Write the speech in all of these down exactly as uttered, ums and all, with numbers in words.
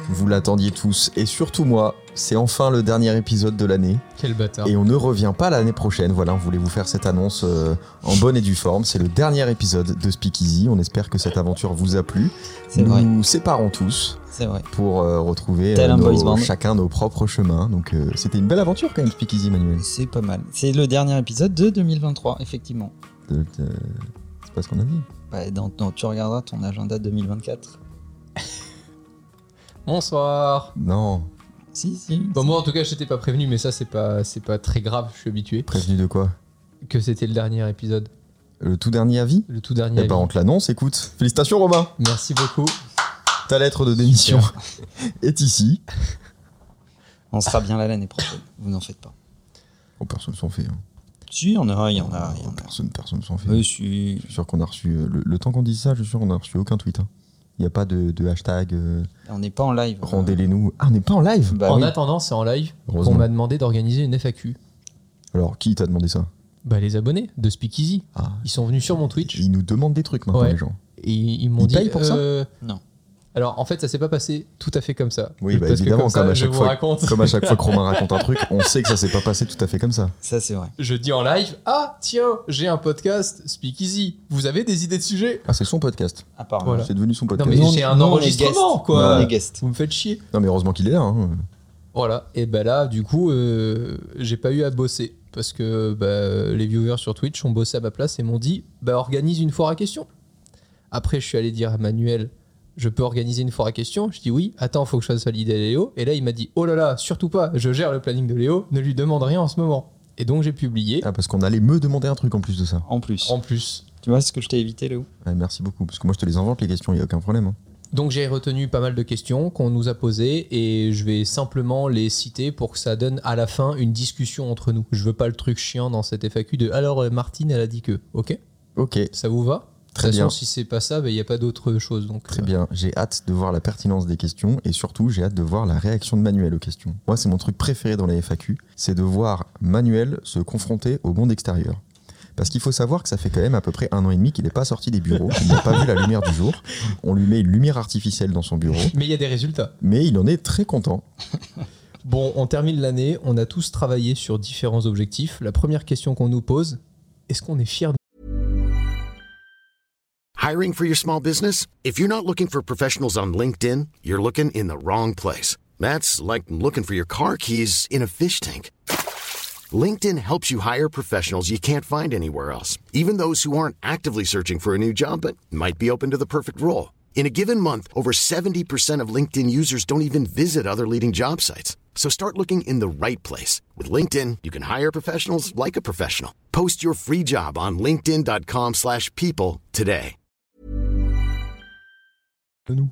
Vous l'attendiez tous, et surtout moi, c'est enfin le dernier épisode de l'année. Quel bâtard. Et on ne revient pas l'année prochaine, voilà, on voulait vous faire cette annonce euh, en bonne et due forme. C'est le dernier épisode de Speakeasy, on espère que cette aventure vous a plu. C'est Nous vrai. nous séparons tous C'est vrai. pour euh, retrouver Tel euh, un boys nos, band. chacun nos propres chemins. Donc euh, c'était une belle aventure quand même, Speakeasy, Manuel. C'est pas mal. C'est le dernier épisode de deux mille vingt-trois, effectivement. De- de- C'est pas ce qu'on a dit. Bah, dans, dans- tu regarderas ton agenda deux mille vingt-quatre. Bonsoir. Non, Si, si. Bon, moi en tout cas, je t'étais pas prévenu, mais ça c'est pas c'est pas très grave, je suis habitué. prévenu de quoi? Que c'était le dernier épisode, Le tout dernier avis? le tout dernier. Eh ben avis. on te l'annonce, écoute. Félicitations Romain, Merci beaucoup. ta lettre de démission est ici. On sera bien là l'année prochaine. Vous n'en faites pas. Oh, personne s'en fait. Hein. Si, il y en a, il y en a. Il y en a. Personne, personne s'en fait. Oui, si. Je suis sûr qu'on a reçu. euh, Le, le temps qu'on dit ça, je suis sûr qu'on a reçu aucun tweet. hein. Il n'y a pas de, de hashtag euh, On n'est pas en live. rendez-les-nous. Ah, on n'est pas en live. Bah en oui. attendant, c'est en live Heureusement. qu'on m'a demandé d'organiser une F A Q. Alors, qui t'a demandé ça? Bah les abonnés de Speakeasy. Ah, Ils sont venus sur mon Twitch ils nous demandent des trucs maintenant, Ouais. les gens. et ils m'ont Ils dit. payent pour ça euh, Non. Alors en fait, ça s'est pas passé tout à fait comme ça. Oui, bah, Parce que évidemment, comme, ça, comme à je chaque vous fois. raconte. Comme à chaque fois que Romain raconte un truc, on sait que ça s'est pas passé tout à fait comme ça. Ça, c'est vrai. Je dis en live, ah tiens, j'ai un podcast Speakeasy. Vous avez des idées de sujets? Ah, c'est son podcast. Apparemment. Voilà. C'est devenu son Non podcast. mais Nous, on- j'ai un nous, on est enregistrement guest. quoi. On est guest. Vous me faites chier. Non, mais heureusement qu'il est là. hein. Voilà, et ben là, du coup, euh, j'ai pas eu à bosser parce que bah, les viewers sur Twitch ont bossé à ma place et m'ont dit bah organise une foire à questions. Après, je suis allé dire à Manuel, je peux organiser une foire à questions? Je dis oui. Attends, faut que je fasse valider à Léo. Et là, il m'a dit oh là là, surtout pas. Je gère le planning de Léo. Ne lui demande rien en ce moment. Et donc j'ai publié. Ah, parce qu'on allait me demander un truc en plus de ça. En plus. En plus. Tu vois ce que je t'ai évité, Léo? Ouais, merci beaucoup. Parce que moi, je te les invente, les questions, il n'y a aucun problème. hein. Donc j'ai retenu pas mal de questions qu'on nous a posées et je vais simplement les citer pour que ça donne à la fin une discussion entre nous. Je veux pas le truc chiant dans cette F A Q de alors euh, Martine elle a dit que. Ok, Ok, ça vous va? Très De toute bien. façon, si c'est pas ça, il n'y a pas d'autre chose. Donc, très euh, bien. J'ai hâte de voir la pertinence des questions et surtout, j'ai hâte de voir la réaction de Manuel aux questions. Moi, c'est mon truc préféré dans les F A Q, c'est de voir Manuel se confronter au monde extérieur. Parce qu'il faut savoir que ça fait quand même à peu près un an et demi qu'il n'est pas sorti des bureaux, qu'il n'a pas vu la lumière du jour. On lui met une lumière artificielle dans son bureau, Mais il y a des résultats. mais il en est très content. Bon, on termine l'année. On a tous travaillé sur différents objectifs. La première question qu'on nous pose, est-ce qu'on est fier de... Hiring for your small business? If you're not looking for professionals on LinkedIn, you're looking in the wrong place. That's like looking for your car keys in a fish tank. LinkedIn helps you hire professionals you can't find anywhere else, even those who aren't actively searching for a new job but might be open to the perfect role. In a given month, over seventy percent of LinkedIn users don't even visit other leading job sites. So start looking in the right place. With LinkedIn, you can hire professionals like a professional. Post your free job on linkedin.com slash people today. de nous?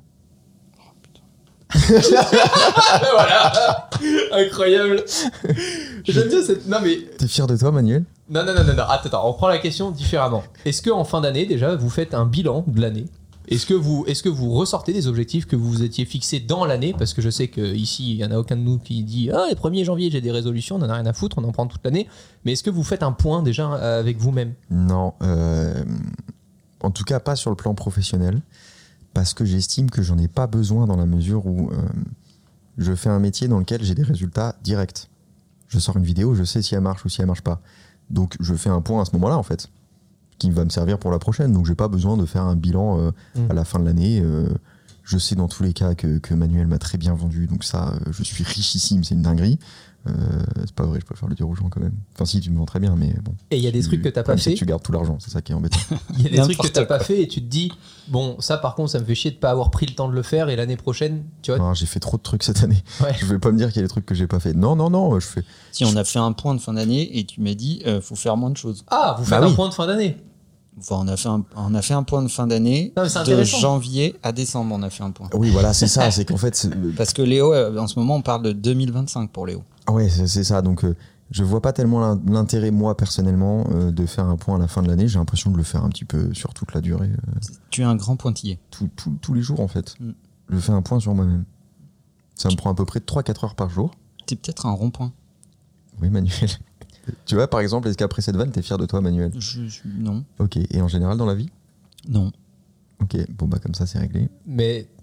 Voilà. Incroyable. J'aime bien cette... Non mais... T'es fier de toi, Manuel? Non, non, non, non, non. Attends, attends, on prend la question différemment. Est-ce qu'en fin d'année, déjà, vous faites un bilan de l'année? Est-ce que, vous, est-ce que vous ressortez des objectifs que vous vous étiez fixés dans l'année? Parce que je sais qu'ici, il n'y en a aucun de nous qui dit « Ah, le premier janvier, j'ai des résolutions, on n'en a rien à foutre, on en prend toute l'année. » Mais est-ce que vous faites un point déjà avec vous-même? Non, euh, en tout cas pas sur le plan professionnel, parce que j'estime que j'en ai pas besoin dans la mesure où euh, je fais un métier dans lequel j'ai des résultats directs. Je sors une vidéo, je sais si elle marche ou si elle marche pas. Donc je fais un point à ce moment-là en fait, qui va me servir pour la prochaine. Donc j'ai pas besoin de faire un bilan euh, Mmh. à la fin de l'année. Euh, je sais dans tous les cas que, que Manuel m'a très bien vendu, donc ça, euh, je suis richissime, c'est une dinguerie. Euh, c'est pas vrai, je préfère le dire aux gens quand même. Enfin si, tu me vends très bien, mais bon. Et il y a des Tu- trucs que t'as le pas problème, c'est fait. que tu gardes tout l'argent, c'est ça qui est embêtant. Il y a des trucs que N'importe t'as pas quoi. fait et tu te dis bon, ça par contre, ça me fait chier de pas avoir pris le temps de le faire et l'année prochaine, tu vois. Non, j'ai fait trop de trucs cette année. Ouais. Je vais pas me dire qu'il y a des trucs que j'ai pas fait. Non, non, non, je fais. Si on a fait un point de fin d'année et tu m'as dit euh, faut faire moins de choses. Ah, vous faites Bah un oui. point de fin d'année. Enfin, on a fait un, on a fait un point de fin d'année Non, mais c'est de intéressant. janvier à décembre. On a fait un point Oui, voilà, c'est ça. C'est qu'en fait, c'est... parce que Léo, euh, en ce moment, on parle de deux mille vingt-cinq pour Léo. ouais, c'est, c'est ça. Donc, euh, je vois pas tellement l'in- l'intérêt moi personnellement euh, de faire un point à la fin de l'année. J'ai l'impression de le faire un petit peu sur toute la durée, euh, Tu es un grand pointillé. tout- tout- tous les jours en fait. Mm. Je fais un point sur moi-même. Ça me prend à peu près trois à quatre heures par jour. T'es peut-être un rond-point. Oui, Manuel. Tu vois, par exemple, est-ce qu'après cette vanne, t'es fier de toi, Manuel? Je, je- non, Ok. Et en général dans la vie? non. Ok. Bon bah comme ça, c'est réglé. Mais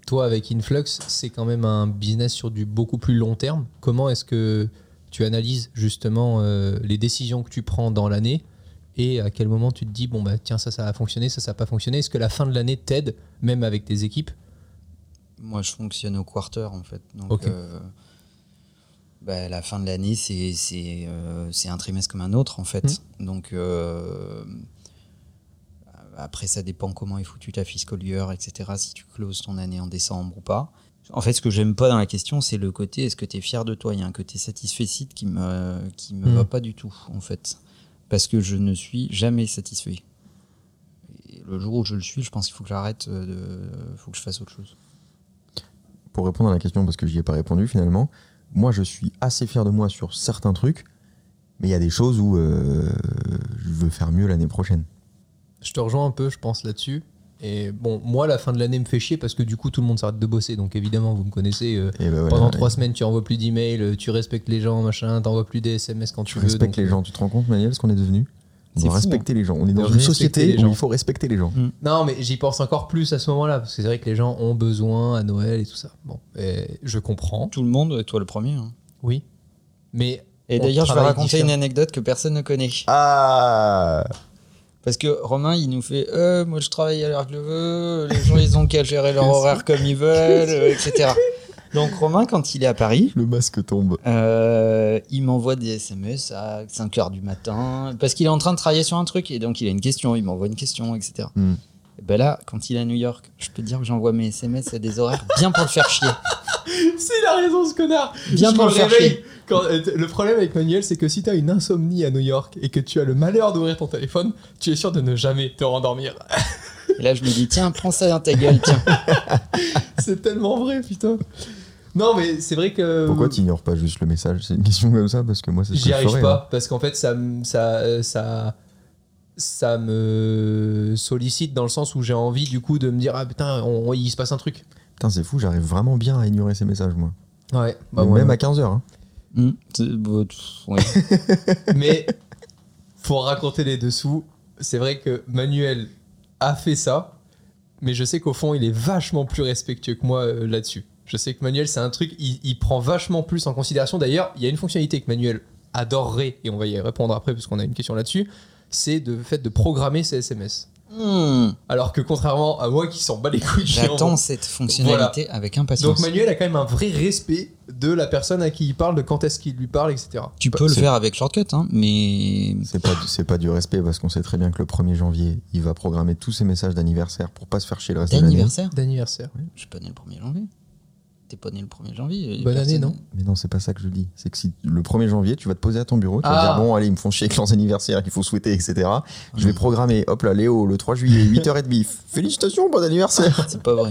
toi, avec Influx, c'est quand même un business sur du beaucoup plus long terme. Comment est-ce que tu analyses justement euh, les décisions que tu prends dans l'année et à quel moment tu te dis, bon, bah, tiens, ça, ça a fonctionné, ça, ça n'a pas fonctionné. Est-ce que la fin de l'année t'aide, même avec tes équipes? Moi, je fonctionne au quarter, en fait. Donc, Ok. euh, bah, la fin de l'année, c'est, c'est, euh, c'est un trimestre comme un autre, en fait. Mmh. Donc, euh, après, ça dépend comment est foutu ta fiscal year, et cetera, si tu closes ton année en décembre ou pas. En fait, ce que j'aime pas dans la question, c'est le côté est-ce que tu es fier de toi? Il y a un côté satisfait qui me, qui me Mmh. va pas du tout, en fait. Parce que je ne suis jamais satisfait. Et le jour où je le suis, je pense qu'il faut que j'arrête, de, faut que je fasse autre chose. Pour répondre à la question, parce que j'y ai pas répondu finalement, moi je suis assez fier de moi sur certains trucs, mais il y a des choses où euh, je veux faire mieux l'année prochaine. Je te rejoins un peu, je pense, là-dessus. Et bon, moi, la fin de l'année me fait chier parce que du coup, tout le monde s'arrête de bosser. Donc évidemment, vous me connaissez. euh, Et ben voilà, pendant ouais. trois semaines, tu envoies plus d'emails, tu respectes les gens, machin, t'envoies plus des S M S quand tu, Tu veux. respectes donc, les gens, tu te rends compte, Manuel, ce qu'on est devenu? On C'est doit fou, respecter les gens. On est dans De une respecter société les où gens. il faut respecter les gens. Mm. Non, mais j'y pense encore plus à ce moment-là parce que c'est vrai que les gens ont besoin à Noël et tout ça. Bon, et je comprends. Tout le monde, et toi le premier. Hein. Oui. Mais. Et on d'ailleurs, je vais travaille raconter différent. une anecdote que personne ne connaît. Ah Parce que Romain, il nous fait euh, moi je travaille à l'heure que je veux, les gens ils ont qu'à gérer leur horaire comme ils veulent, euh, et cetera. Donc Romain, quand il est à Paris, Le masque tombe. euh, il m'envoie des S M S à cinq heures du matin, parce qu'il est en train de travailler sur un truc, et donc il a une question, il m'envoie une question, et cetera. Mm. Et ben là, quand il est à New York, je peux te dire que j'envoie mes S M S à des horaires bien pour le faire chier. C'est la raison, ce connard. Bien Je pour me le faire réveille. chier. Quand, euh, t- le problème avec Manuel, c'est que si t'as une insomnie à New York et que tu as le malheur d'ouvrir ton téléphone, tu es sûr de ne jamais te rendormir. Et là, je me dis, tiens, prends ça dans ta gueule, tiens. C'est tellement vrai, putain. Non, mais c'est vrai que. Pourquoi tu ignores pas juste le message? C'est une question comme ça, parce que moi c'est ce que J'y je arrive ferais, pas hein. parce qu'en fait ça me- ça euh, ça ça me sollicite dans le sens où j'ai envie du coup de me dire ah putain on- il se passe un truc. Putain, c'est fou, j'arrive vraiment bien à ignorer ces messages, moi. Ouais. Bah Mais ouais, même ouais. à quinze heures. Hein. Hmm, c'est- bah, pff, ouais. Mais pour raconter les dessous, c'est vrai que Manuel a fait ça, mais je sais qu'au fond il est vachement plus respectueux que moi euh, là-dessus. Je sais que Manuel c'est un truc il, il prend vachement plus en considération. D'ailleurs il y a une fonctionnalité que Manuel adorerait et on va y répondre après parce qu'on a une question là-dessus. C'est le fait de programmer ses S M S. Hmm, Alors que contrairement à moi qui s'en bat les couilles, J'attends cette fonctionnalité avec impatience. Donc Manuel a quand même un vrai respect de la personne à qui il parle, de quand est-ce qu'il lui parle, et cetera. Tu peux le c'est- faire avec Shortcut, hein, mais C'est pas, du- c'est pas du respect, parce qu'on sait très bien que le premier janvier, il va programmer tous ses messages d'anniversaire pour pas se faire chier le reste de l'année. d'anniversaire. D'anniversaire. Je suis pas né le premier janvier. T'es pas né le premier janvier. Bonne personne- année, non? Mais non, c'est pas ça que je dis. C'est que si le premier janvier, tu vas te poser à ton bureau, tu vas Ah. dire bon, allez, ils me font chier avec leurs anniversaires qu'il faut souhaiter, et cetera. Je vais programmer, hop là, Léo, le trois juillet, huit heures trente. Félicitations, bon anniversaire. C'est pas vrai.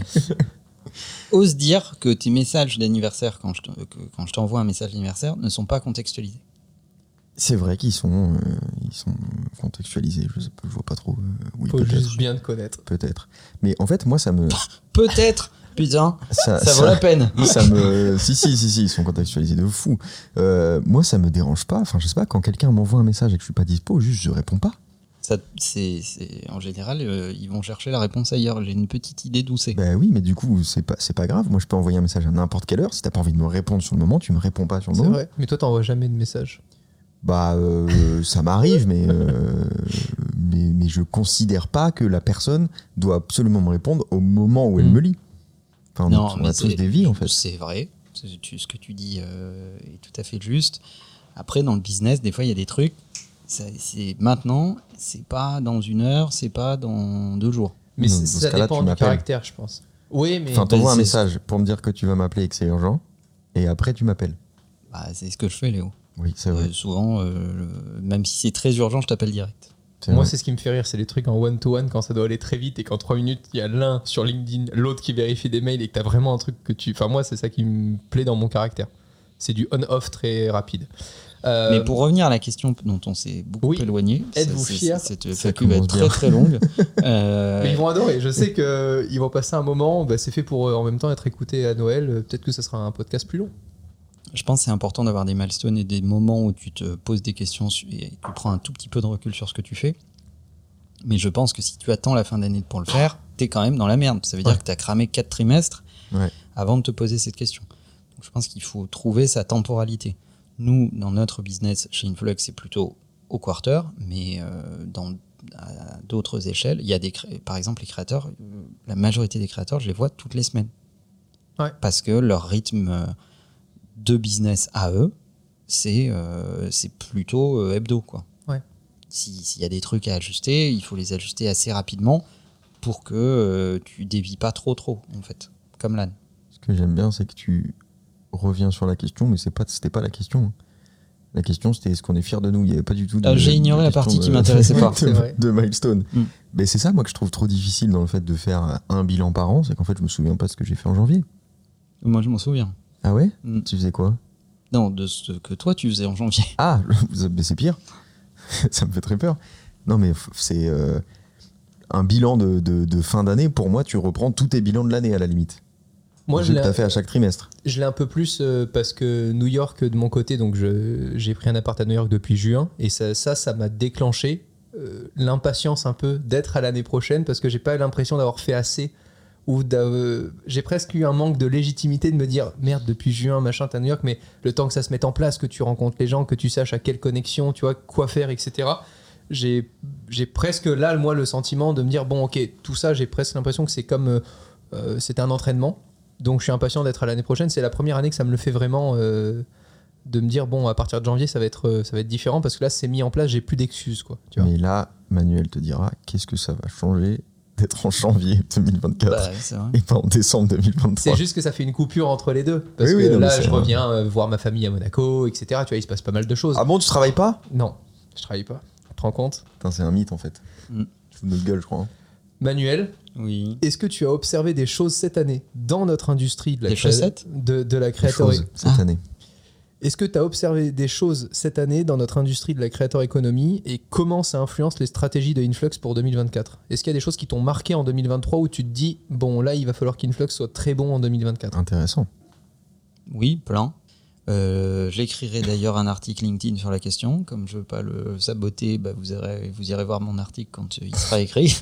Ose dire que tes messages d'anniversaire, quand je, te- que- quand je t'envoie un message d'anniversaire, ne sont pas contextualisés. C'est vrai qu'ils sont, euh, ils sont contextualisés. Je, sais pas, je vois pas trop. euh, oui, Faut peut-être. juste bien te connaître. Peut-être. Mais en fait, moi, ça me. Peut-être, putain, Ça, ça vaut la peine. ça me. Si, si, si, si, ils sont contextualisés de fou. Euh, moi, ça me dérange pas. Enfin, je sais pas, quand quelqu'un m'envoie un message et que je suis pas dispo, juste je réponds pas. Ça, c'est, c'est- en général, euh, ils vont chercher la réponse ailleurs. J'ai une petite idée d'où c'est. Ben oui, mais du coup, c'est pas, c'est pas grave. Moi, je peux envoyer un message à n'importe quelle heure. Si t'as pas envie de me répondre sur le moment, tu me réponds pas sur le C'est moment. vrai. Mais toi, t'envoies jamais de message. Bah, euh, ça m'arrive, mais, euh, mais, mais je considère pas que la personne doit absolument me répondre au moment où elle Mm. me lit. Enfin, on, on mais a tous c'est- des vies, en fait. C'est vrai. C'est- tu- ce que tu dis euh, est tout à fait juste. Après, dans le business, des fois, il y a des trucs. ça- c'est maintenant, c'est pas dans une heure, c'est pas dans deux jours. Mais Dans c'est- ce ça cas-là, dépend tu du m'appelles. caractère, je pense. Oui, mais. Enfin, t'envoies un c'est- message pour me dire que tu vas m'appeler et que c'est urgent, et après, tu m'appelles. Bah, c'est ce que je fais, Léo. Oui, c'est vrai. Euh, souvent, euh, le- même si c'est très urgent, je t'appelle direct. C'est Moi, vrai. c'est ce qui me fait rire, c'est les trucs en one-to-one quand ça doit aller très vite et qu'en trois minutes, il y a l'un sur LinkedIn, l'autre qui vérifie des mails et que t'as vraiment un truc que tu. Enfin, moi, c'est ça qui me plaît dans mon caractère. C'est du on-off très rapide. Euh, Mais pour revenir à la question dont on s'est beaucoup oui. éloigné, Êtes-vous ça- c'est- fiers Cette Ça FAQ va être commence très bien. très longue. Euh, Mais ils vont adorer. Je sais qu'ils vont passer un moment. Bah, c'est fait pour euh, en même temps être écouté à Noël. Euh, Peut-être que ça sera un podcast plus long. Je pense que c'est important d'avoir des milestones et des moments où tu te poses des questions su- et tu prends un tout petit peu de recul sur ce que tu fais. Mais je pense que si tu attends la fin d'année pour le faire, t'es quand même dans la merde. Ça veut Ouais. dire que t'as cramé quatre trimestres Ouais. avant de te poser cette question. Donc, je pense qu'il faut trouver sa temporalité. Nous, dans notre business chez Influx, c'est plutôt au quarter, mais euh, dans à d'autres échelles, il y a des cré- par exemple les créateurs, euh, la majorité des créateurs, je les vois toutes les semaines. Ouais. Parce que leur rythme euh, de business à eux, c'est euh, c'est plutôt euh, hebdo, quoi. Ouais. Si- S'il y a des trucs à ajuster, il faut les ajuster assez rapidement pour que euh, tu dévies pas trop trop, en fait, comme l'âne. Ce que j'aime bien, c'est que tu reviens sur la question, mais c'est pas, c'était pas la question. La question, c'était est-ce qu'on est fier de nous ? Il n'y avait pas du tout de. Ah, j'ai ignoré de la question partie de- qui m'intéressait pas. de- C'est vrai. De milestone. Mm. Mais c'est ça, moi, que je trouve trop difficile dans le fait de faire un bilan par an, c'est qu'en fait, je me souviens pas de ce que j'ai fait en janvier. Moi, je m'en souviens. Ah ouais ? Mm. Tu faisais quoi ? Non, de ce que toi, tu faisais en janvier. Ah, mais c'est pire. Ça me fait très peur. Non, mais f- c'est euh, un bilan de, de- de fin d'année. Pour moi, tu reprends tous tes bilans de l'année à la limite. Moi, Ce je que l'ai, t'as fait à chaque trimestre. je l'ai un peu plus euh, parce que New York, de mon côté, donc je, j'ai pris un appart à New York depuis juin et ça, ça, ça m'a déclenché euh, l'impatience un peu d'être à l'année prochaine parce que j'ai pas l'impression d'avoir fait assez ou d'a- euh, j'ai presque eu un manque de légitimité de me dire merde depuis juin machin t'es à New York, mais le temps que ça se mette en place, que tu rencontres les gens, que tu saches à quelle connexion, tu vois quoi faire, et cetera. J'ai, j'ai presque là moi le sentiment de me dire bon ok tout ça j'ai presque l'impression que c'est comme euh, euh, c'était un entraînement. Donc je suis impatient d'être à l'année prochaine. C'est la première année que ça me le fait vraiment euh, de me dire bon à partir de janvier ça va être euh, ça va être différent parce que là c'est mis en place, j'ai plus d'excuses quoi. Tu vois. Mais là, Manuel te dira qu'est-ce que ça va changer d'être en janvier deux mille vingt-quatre Bah, c'est vrai. et pas en décembre deux mille vingt-trois. C'est juste que ça fait une coupure entre les deux parce Oui, que oui, non, mais là c'est je vrai. reviens euh, voir ma famille à Monaco, et cetera. Tu vois il se passe pas mal de choses. Ah bon, tu travailles pas ? Non, je travaille pas. Tu te rends compte ? Putain, c'est un mythe en fait. Mm. Tu fous de notre gueule, je crois. hein. Manuel, Oui. est-ce que tu as observé des choses cette année dans notre industrie de la Des créa- chaussettes de, de la Les creator choses cette Ah. année. Est-ce que tu as observé des choses cette année dans notre industrie de la creator economy et comment ça influence les stratégies de Influx pour deux mille vingt-quatre ? Est-ce qu'il y a des choses qui t'ont marqué en deux mille vingt-trois où tu te dis bon là il va falloir qu'Influx soit très bon en deux mille vingt-quatre ? Intéressant. Oui, plein. Euh, J'écrirai d'ailleurs un article LinkedIn sur la question. Comme je veux pas le saboter, bah, vous, irez, vous irez voir mon article quand il sera écrit.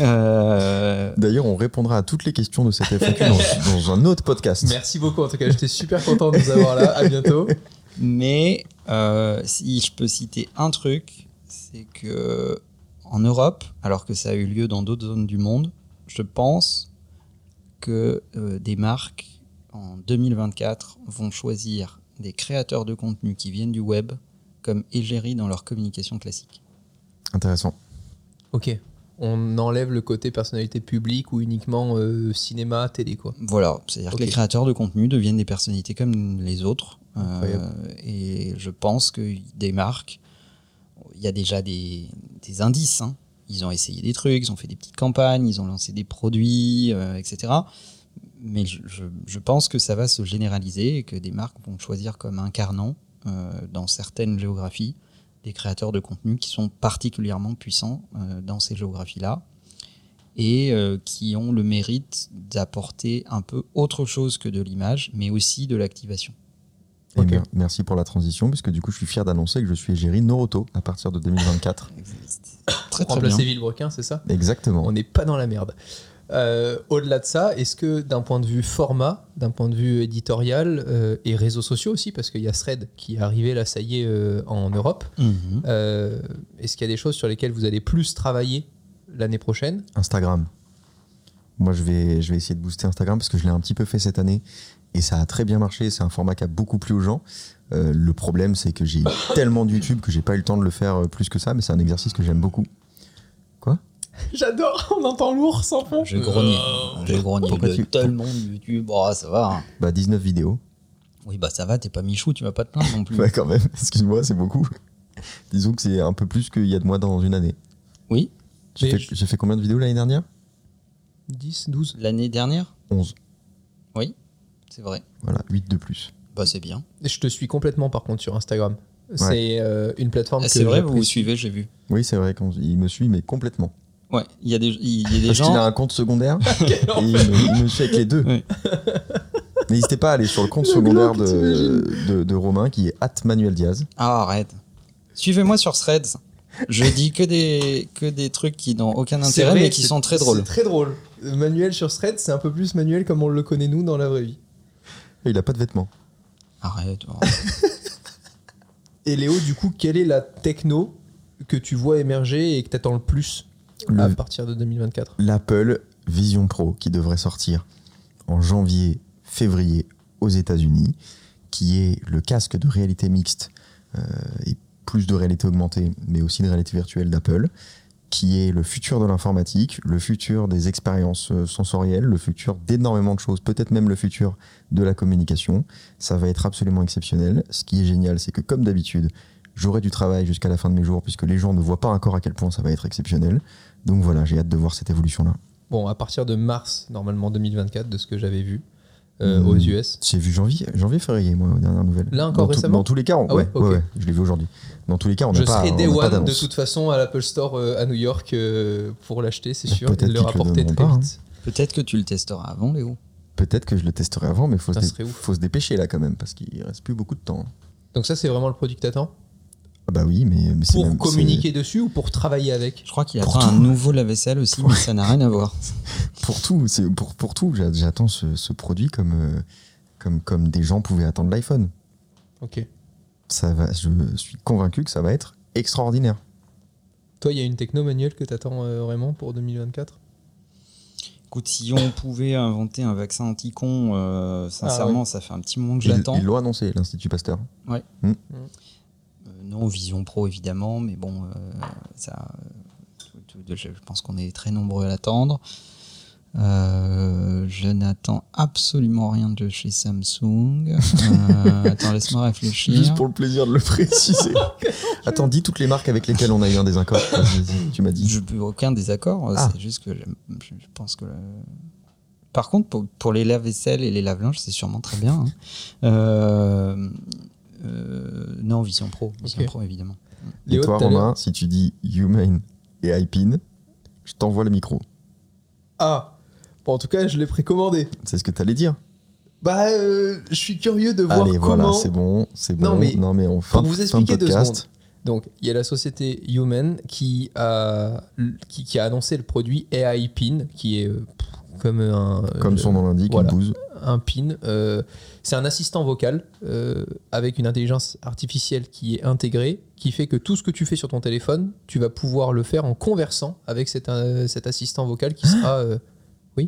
Euh, D'ailleurs, on répondra à toutes les questions de cette F A Q dans, dans un autre podcast. Merci beaucoup en tout cas, j'étais super content de vous avoir là, à bientôt. mais euh, si je peux citer un truc, c'est que en Europe, alors que ça a eu lieu dans d'autres zones du monde, je pense que euh, des marques en deux mille vingt-quatre vont choisir des créateurs de contenu qui viennent du web comme égérie dans leur communication classique. Intéressant. Ok, on enlève le côté personnalité publique ou uniquement euh, cinéma, télé quoi. Voilà, c'est-à-dire Ok. que les créateurs de contenu deviennent des personnalités comme les autres. Incroyable. Euh, et je pense que des marques, il y a déjà des, des indices. hein. Ils ont essayé des trucs, ils ont fait des petites campagnes, ils ont lancé des produits, euh, et cetera. Mais je, je, je pense que ça va se généraliser et que des marques vont choisir comme incarnant euh, dans certaines géographies des créateurs de contenu qui sont particulièrement puissants euh, dans ces géographies-là et euh, qui ont le mérite d'apporter un peu autre chose que de l'image, mais aussi de l'activation. Et Ok. mer- merci pour la transition, puisque du coup, je suis fier d'annoncer que je suis égérie Noroto à partir de deux mille vingt-quatre. Très très bien. Remplacer Villebrequin, c'est ça ? Exactement. On n'est pas dans la merde. Euh, au-delà de ça, est-ce que d'un point de vue format, d'un point de vue éditorial euh, et réseaux sociaux aussi, parce qu'il y a Thread qui est arrivé là, ça y est, euh, en Europe, Mhm. euh, est-ce qu'il y a des choses sur lesquelles vous allez plus travailler l'année prochaine ? Instagram. Moi, je vais, je vais essayer de booster Instagram parce que je l'ai un petit peu fait cette année et ça a très bien marché. C'est un format qui a beaucoup plu aux gens. Euh, le problème, c'est que j'ai tellement de YouTube que j'ai pas eu le temps de le faire euh, plus que ça, mais c'est un exercice que j'aime beaucoup. Quoi ? J'adore, on entend l'ours en fond. Je grogne. Je grogne. Pourquoi Le tu- tellement de YouTube, oh, ça va. hein. Bah, dix-neuf vidéos. Oui, bah ça va, t'es pas Michou, tu vas pas te plaindre non plus. Ouais, quand même. Excuse-moi, c'est beaucoup. Disons que c'est un peu plus qu'il y a de moi dans une année. Oui, J'ai Mais fait, je- j'ai fait combien de vidéos l'année dernière ? dix, douze. l'année dernière, onze. oui, c'est vrai. Voilà, huit de plus. Bah c'est bien. Je te suis complètement par contre sur Instagram. C'est euh, une plateforme Ah, que c'est vrai, vous vous j'apprécie. suivez, j'ai vu. Oui, c'est vrai, quand il me suit, mais complètement. Ouais, il y a des, il y a des Parce gens. qu'il a un compte secondaire et il me, il me suit avec les deux. Oui. N'hésitez pas à aller sur le compte Le secondaire glauque, de, de, de Romain qui est at Manuel Diaz. Ah, arrête. Suivez-moi sur Threads. Je dis que des, que des trucs qui n'ont aucun C'est intérêt, vrai, mais qui c'est- sont très drôles. C'est très drôle. Manuel sur Threads, c'est un peu plus Manuel comme on le connaît nous dans la vraie vie. Et il a pas de vêtements. Arrête. oh. Et Léo, du coup, quelle est la techno que tu vois émerger et que tu attends le plus Le- à partir de deux mille vingt-quatre? L'Apple Vision Pro qui devrait sortir en janvier, février aux États-Unis, qui est le casque de réalité mixte euh, et plus de réalité augmentée, mais aussi de réalité virtuelle d'Apple, qui est le futur de l'informatique, le futur des expériences euh, sensorielles, le futur d'énormément de choses, peut-être même le futur de la communication. Ça va être absolument exceptionnel. Ce qui est génial, c'est que comme d'habitude, j'aurai du travail jusqu'à la fin de mes jours, puisque les gens ne voient pas encore à quel point ça va être exceptionnel. Donc voilà, j'ai hâte de voir cette évolution-là. Bon, à partir de mars, normalement deux mille vingt-quatre, de ce que j'avais vu euh, Mmh. aux U S. J'ai vu janvier, janvier, février, moi, aux dernières nouvelles. Là, encore dans tout- récemment Dans tous les cas, on, Ah ouais, ouais, ok. ouais, ouais, je l'ai vu aujourd'hui. Dans tous les cas, on n'a Je pas, serai on Day n'a pas One de d'annonce. toute façon à l'Apple Store euh, à New York euh, pour l'acheter, c'est Bah, sûr, peut-être et de le qu'ils te le rapporter donneront très pas, vite. Peut-être que tu le testeras avant, Léo. Peut-être que je le testerai avant, mais il faut, Ça se dé- serait ouf. faut se dépêcher là quand même, parce qu'il reste plus beaucoup de temps. Donc ça, c'est vraiment le produit que t'attends Ah bah oui, mais, mais c'est pour même- communiquer dessus ou pour travailler avec? Je crois qu'il Pour attend un tout. nouveau lave-vaisselle aussi, mais ça n'a rien à voir. c'est pour tout. C'est pour pour tout. J'a- J'attends ce, ce produit comme euh, comme comme des gens pouvaient attendre l'iPhone. Ok. Ça va. Je suis convaincu que ça va être extraordinaire. Toi, il y a une techno manuelle que t'attends euh, vraiment pour deux mille vingt-quatre? Écoute, si on pouvait inventer un vaccin anti-con, euh, sincèrement, Ah ouais. ça fait un petit moment que je Ils l'attends. ils l'ont annoncé, l'Institut Pasteur. Euh, non, Vision Pro évidemment, mais bon, euh, ça, euh, tout- tout- je pense qu'on est très nombreux à l'attendre. Euh, je n'attends absolument rien de chez Samsung. Euh, attends, laisse-moi réfléchir. Juste pour le plaisir de le préciser. Attends, dis toutes les marques avec lesquelles on a eu un désaccord. Vas-y, tu m'as dit. Je n'ai aucun désaccord. Ah. C'est juste que j'aime- je, je pense que. le- Par contre, pour, pour les lave-vaisselle et les lave-linges, c'est sûrement très bien. hein. Euh, euh, non, Vision Pro, Vision Ok. Pro évidemment. Et Léo, toi, tout à l'heure- Romain, si tu dis Humane et iPin, je t'envoie le micro. Ah bon, en tout cas, je l'ai précommandé. C'est ce que tu allais dire. Bah, euh, je suis curieux de voir Allez, comment... voilà, c'est bon, c'est bon. Non, mais on Pour fin, vous fin de expliquer deux podcast. secondes. Donc, il y a la société Human qui a, qui, qui a annoncé le produit A I Pin, qui est euh, pff, comme un... Comme euh, son nom l'indique, voilà. une bouse. un pin. euh, c'est un assistant vocal euh, avec une intelligence artificielle qui est intégrée, qui fait que tout ce que tu fais sur ton téléphone, tu vas pouvoir le faire en conversant avec cet, euh, cet assistant vocal qui sera... euh, oui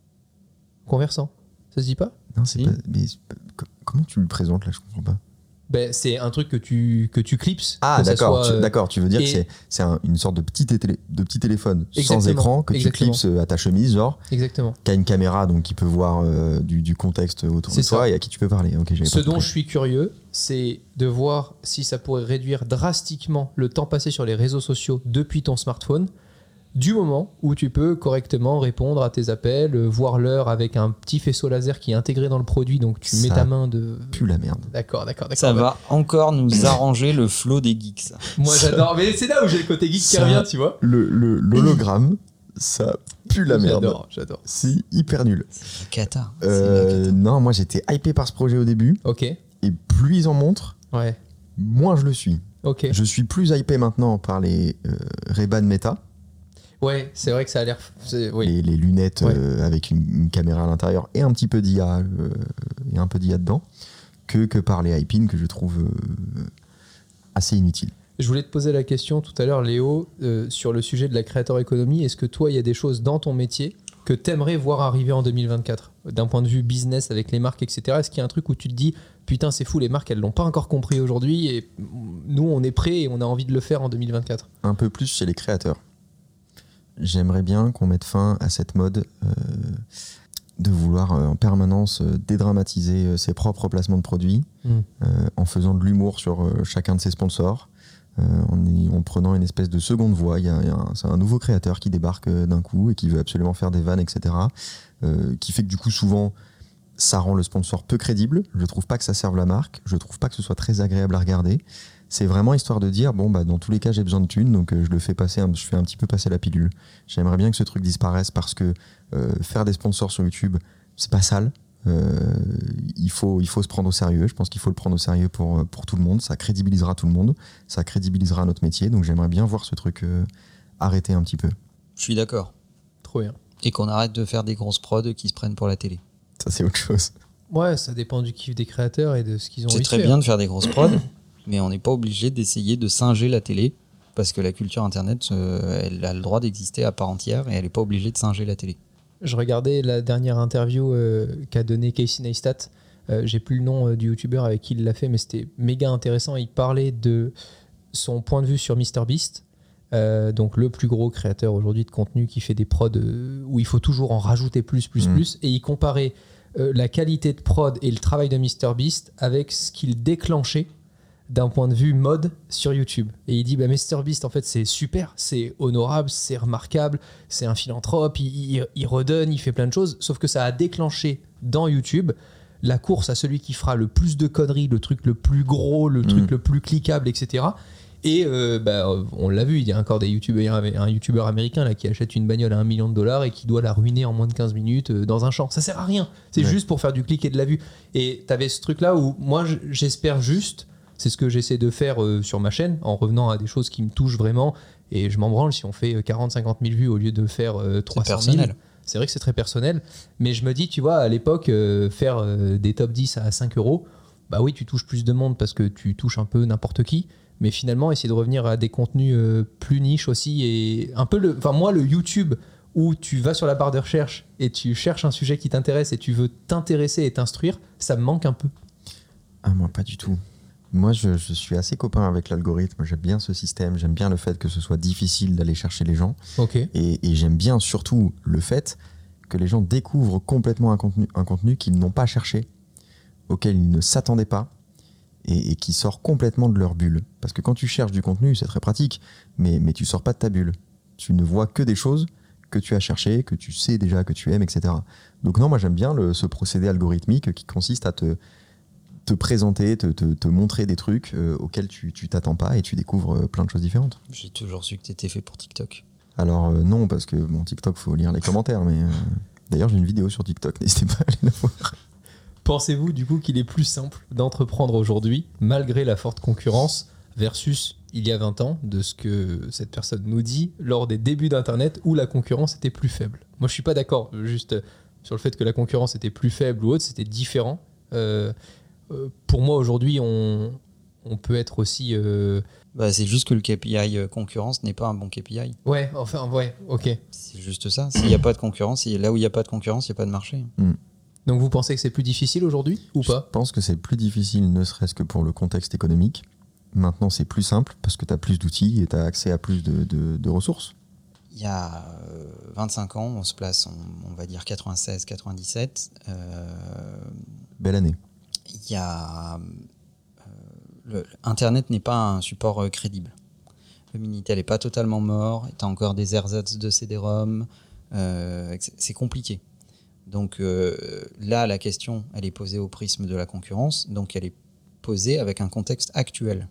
Conversant. Ça se dit pas? Non, c'est Si. pas. Mais c'est pas- co- comment tu le présentes là? Je comprends pas. Ben, c'est un truc que tu, que tu clipses. Ah, que ça d'accord. soit, Tu, euh, d'accord. Tu veux dire et- que c'est, c'est un- une sorte de petit, télé, de petit téléphone sans Exactement, écran que exactement. tu clipses à ta chemise, genre, Exactement. qui a une caméra donc qui peut voir euh, du, du contexte autour de C'est toi ça. et à qui tu peux parler. Ok, j'avais Ce pas dont compris. je suis curieux, c'est de voir si ça pourrait réduire drastiquement le temps passé sur les réseaux sociaux depuis ton smartphone, du moment où tu peux correctement répondre à tes appels, euh, voir l'heure avec un petit faisceau laser qui est intégré dans le produit, donc tu mets Ça ta main de... Pue la merde. D'accord, d'accord, d'accord. Ça Bah, va encore nous arranger le flow des geeks. ça. Moi j'adore, mais c'est là où j'ai le côté geek qui Ça- revient, tu vois. Le, le- l'hologramme, ça pue la merde. J'adore, j'adore. C'est hyper nul. C'est la cata. C'est Euh, la cata. non, moi j'étais hypé par ce projet au début Ok, et plus ils en montrent, ouais, moins je le suis. ok. Je suis plus hypé maintenant par les euh, Ray-Ban Meta, Ouais, c'est vrai que ça a l'air... c'est- Oui, les, les lunettes Ouais. euh, avec une, une caméra à l'intérieur et un petit peu d'I A euh, et un peu d'I A dedans, que, que par les iPin que je trouve euh, assez inutiles. Je voulais te poser la question tout à l'heure, Léo, euh, sur le sujet de la creator economy. Est-ce que toi, il y a des choses dans ton métier que tu aimerais voir arriver en deux mille vingt-quatre, d'un point de vue business avec les marques, et cetera. Est-ce qu'il y a un truc où tu te dis, putain, c'est fou, les marques, elles l'ont pas encore compris aujourd'hui et nous, on est prêts et on a envie de le faire en deux mille vingt-quatre? Un peu plus chez les créateurs. J'aimerais bien qu'on mette fin à cette mode euh, de vouloir euh, en permanence euh, dédramatiser euh, ses propres placements de produits Mm. euh, en faisant de l'humour sur euh, chacun de ses sponsors, euh, en, y- en prenant une espèce de seconde voix. Il y a, il y a un, c'est un nouveau créateur qui débarque euh, d'un coup et qui veut absolument faire des vannes, et cetera. Euh, qui fait que du coup, souvent, ça rend le sponsor peu crédible. Je trouve pas que ça serve la marque. Je trouve pas que ce soit très agréable à regarder. C'est vraiment histoire de dire, bon, bah, dans tous les cas, j'ai besoin de thunes, donc euh, je le fais passer, un- je fais un petit peu passer la pilule. J'aimerais bien que ce truc disparaisse parce que euh, faire des sponsors sur YouTube, c'est pas sale. Euh, il, faut, il faut se prendre au sérieux. Je pense qu'il faut le prendre au sérieux pour, pour tout le monde. Ça crédibilisera tout le monde. Ça crédibilisera notre métier. Donc j'aimerais bien voir ce truc euh, arrêter un petit peu. Je suis d'accord. Trop bien. Et qu'on arrête de faire des grosses prods qui se prennent pour la télé. Ça, c'est autre chose. Ouais, ça dépend du kiff des créateurs et de ce qu'ils ont envie C'est de très faire. bien de faire des grosses prods, mais on n'est pas obligé d'essayer de singer la télé, parce que la culture internet, euh, elle a le droit d'exister à part entière et elle n'est pas obligée de singer la télé. Je regardais la dernière interview euh, qu'a donné Casey Neistat. Euh, j'ai plus le nom euh, du youtubeur avec qui il l'a fait, mais c'était méga intéressant. Il parlait de son point de vue sur MrBeast, euh, donc le plus gros créateur aujourd'hui de contenu qui fait des prods euh, où il faut toujours en rajouter plus, plus, Mmh. plus. Et il comparait euh, la qualité de prod et le travail de MrBeast avec ce qu'il déclenchait d'un point de vue mode sur YouTube. Et il dit, bah, MrBeast, en fait, c'est super, c'est honorable, c'est remarquable, c'est un philanthrope, il, il, il redonne, il fait plein de choses, sauf que ça a déclenché dans YouTube la course à celui qui fera le plus de conneries, le truc le plus gros, le truc Mmh. le plus cliquable, et cetera. Et euh, bah, on l'a vu, il y a encore des youtubeurs, un youtubeur américain là, qui achète une bagnole à un million de dollars et qui doit la ruiner en moins de quinze minutes euh, dans un champ. Ça sert à rien, c'est Ouais. juste pour faire du clic et de la vue. Et tu avais ce truc là où moi j- j'espère juste, c'est ce que j'essaie de faire euh, sur ma chaîne en revenant à des choses qui me touchent vraiment, et je m'en branle si on fait quarante à cinquante mille vues au lieu de faire euh, trois cent mille. personnel. C'est vrai que c'est très personnel, mais je me dis, tu vois, à l'époque, euh, faire euh, des top dix à cinq euros, bah oui, tu touches plus de monde parce que tu touches un peu n'importe qui, mais finalement, essayer de revenir à des contenus euh, plus niches aussi, et un peu le. Enfin, moi, le YouTube où tu vas sur la barre de recherche et tu cherches un sujet qui t'intéresse et tu veux t'intéresser et t'instruire, ça me manque un peu. Ah, moi, pas du tout. Moi, je, je suis assez copain avec l'algorithme. J'aime bien ce système. J'aime bien le fait que ce soit difficile d'aller chercher les gens. Ok. Et, et j'aime bien surtout le fait que les gens découvrent complètement un contenu, un contenu qu'ils n'ont pas cherché, auquel ils ne s'attendaient pas, et, et qui sort complètement de leur bulle. Parce que quand tu cherches du contenu, c'est très pratique, mais, mais tu sors pas de ta bulle. Tu ne vois que des choses que tu as cherchées, que tu sais déjà que tu aimes, et cetera. Donc non, moi j'aime bien le, ce procédé algorithmique qui consiste à te, te présenter, te, te, te montrer des trucs euh, auxquels tu tu t'attends pas et tu découvres euh, plein de choses différentes. J'ai toujours su que t'étais fait pour TikTok. Alors euh, non, parce que bon, TikTok, faut lire les commentaires, mais euh, d'ailleurs j'ai une vidéo sur TikTok, n'hésitez pas à aller la voir. Pensez-vous du coup qu'il est plus simple d'entreprendre aujourd'hui, malgré la forte concurrence, versus il y a vingt ans, de ce que cette personne nous dit lors des débuts d'Internet où la concurrence était plus faible? Moi je suis pas d'accord, juste sur le fait que la concurrence était plus faible ou autre, c'était différent. Euh, euh, pour moi aujourd'hui, on, on peut être aussi... euh, Bah, c'est juste que le K P I euh, concurrence n'est pas un bon K P I. Ouais, enfin, ouais, ok. C'est juste ça. S'il n'y a pas de concurrence, il- là où il n'y a pas de concurrence, il n'y a pas de marché. Donc vous pensez que c'est plus difficile aujourd'hui ou Je pas? pense que c'est plus difficile, ne serait-ce que pour le contexte économique. Maintenant, c'est plus simple parce que tu as plus d'outils et tu as accès à plus de, de, de ressources. Il y a euh, vingt-cinq ans, on se place, on, on va dire quatre-vingt-seize quatre-vingt-dix-sept. Euh, Belle année. il y a, euh, le, Internet n'est pas un support euh, crédible. Le Minitel n'est pas totalement mort, tu as encore des ersatz de C D-ROM, euh, c'est, c'est compliqué. Donc euh, là, la question, elle est posée au prisme de la concurrence, donc elle est posée avec un contexte actuel.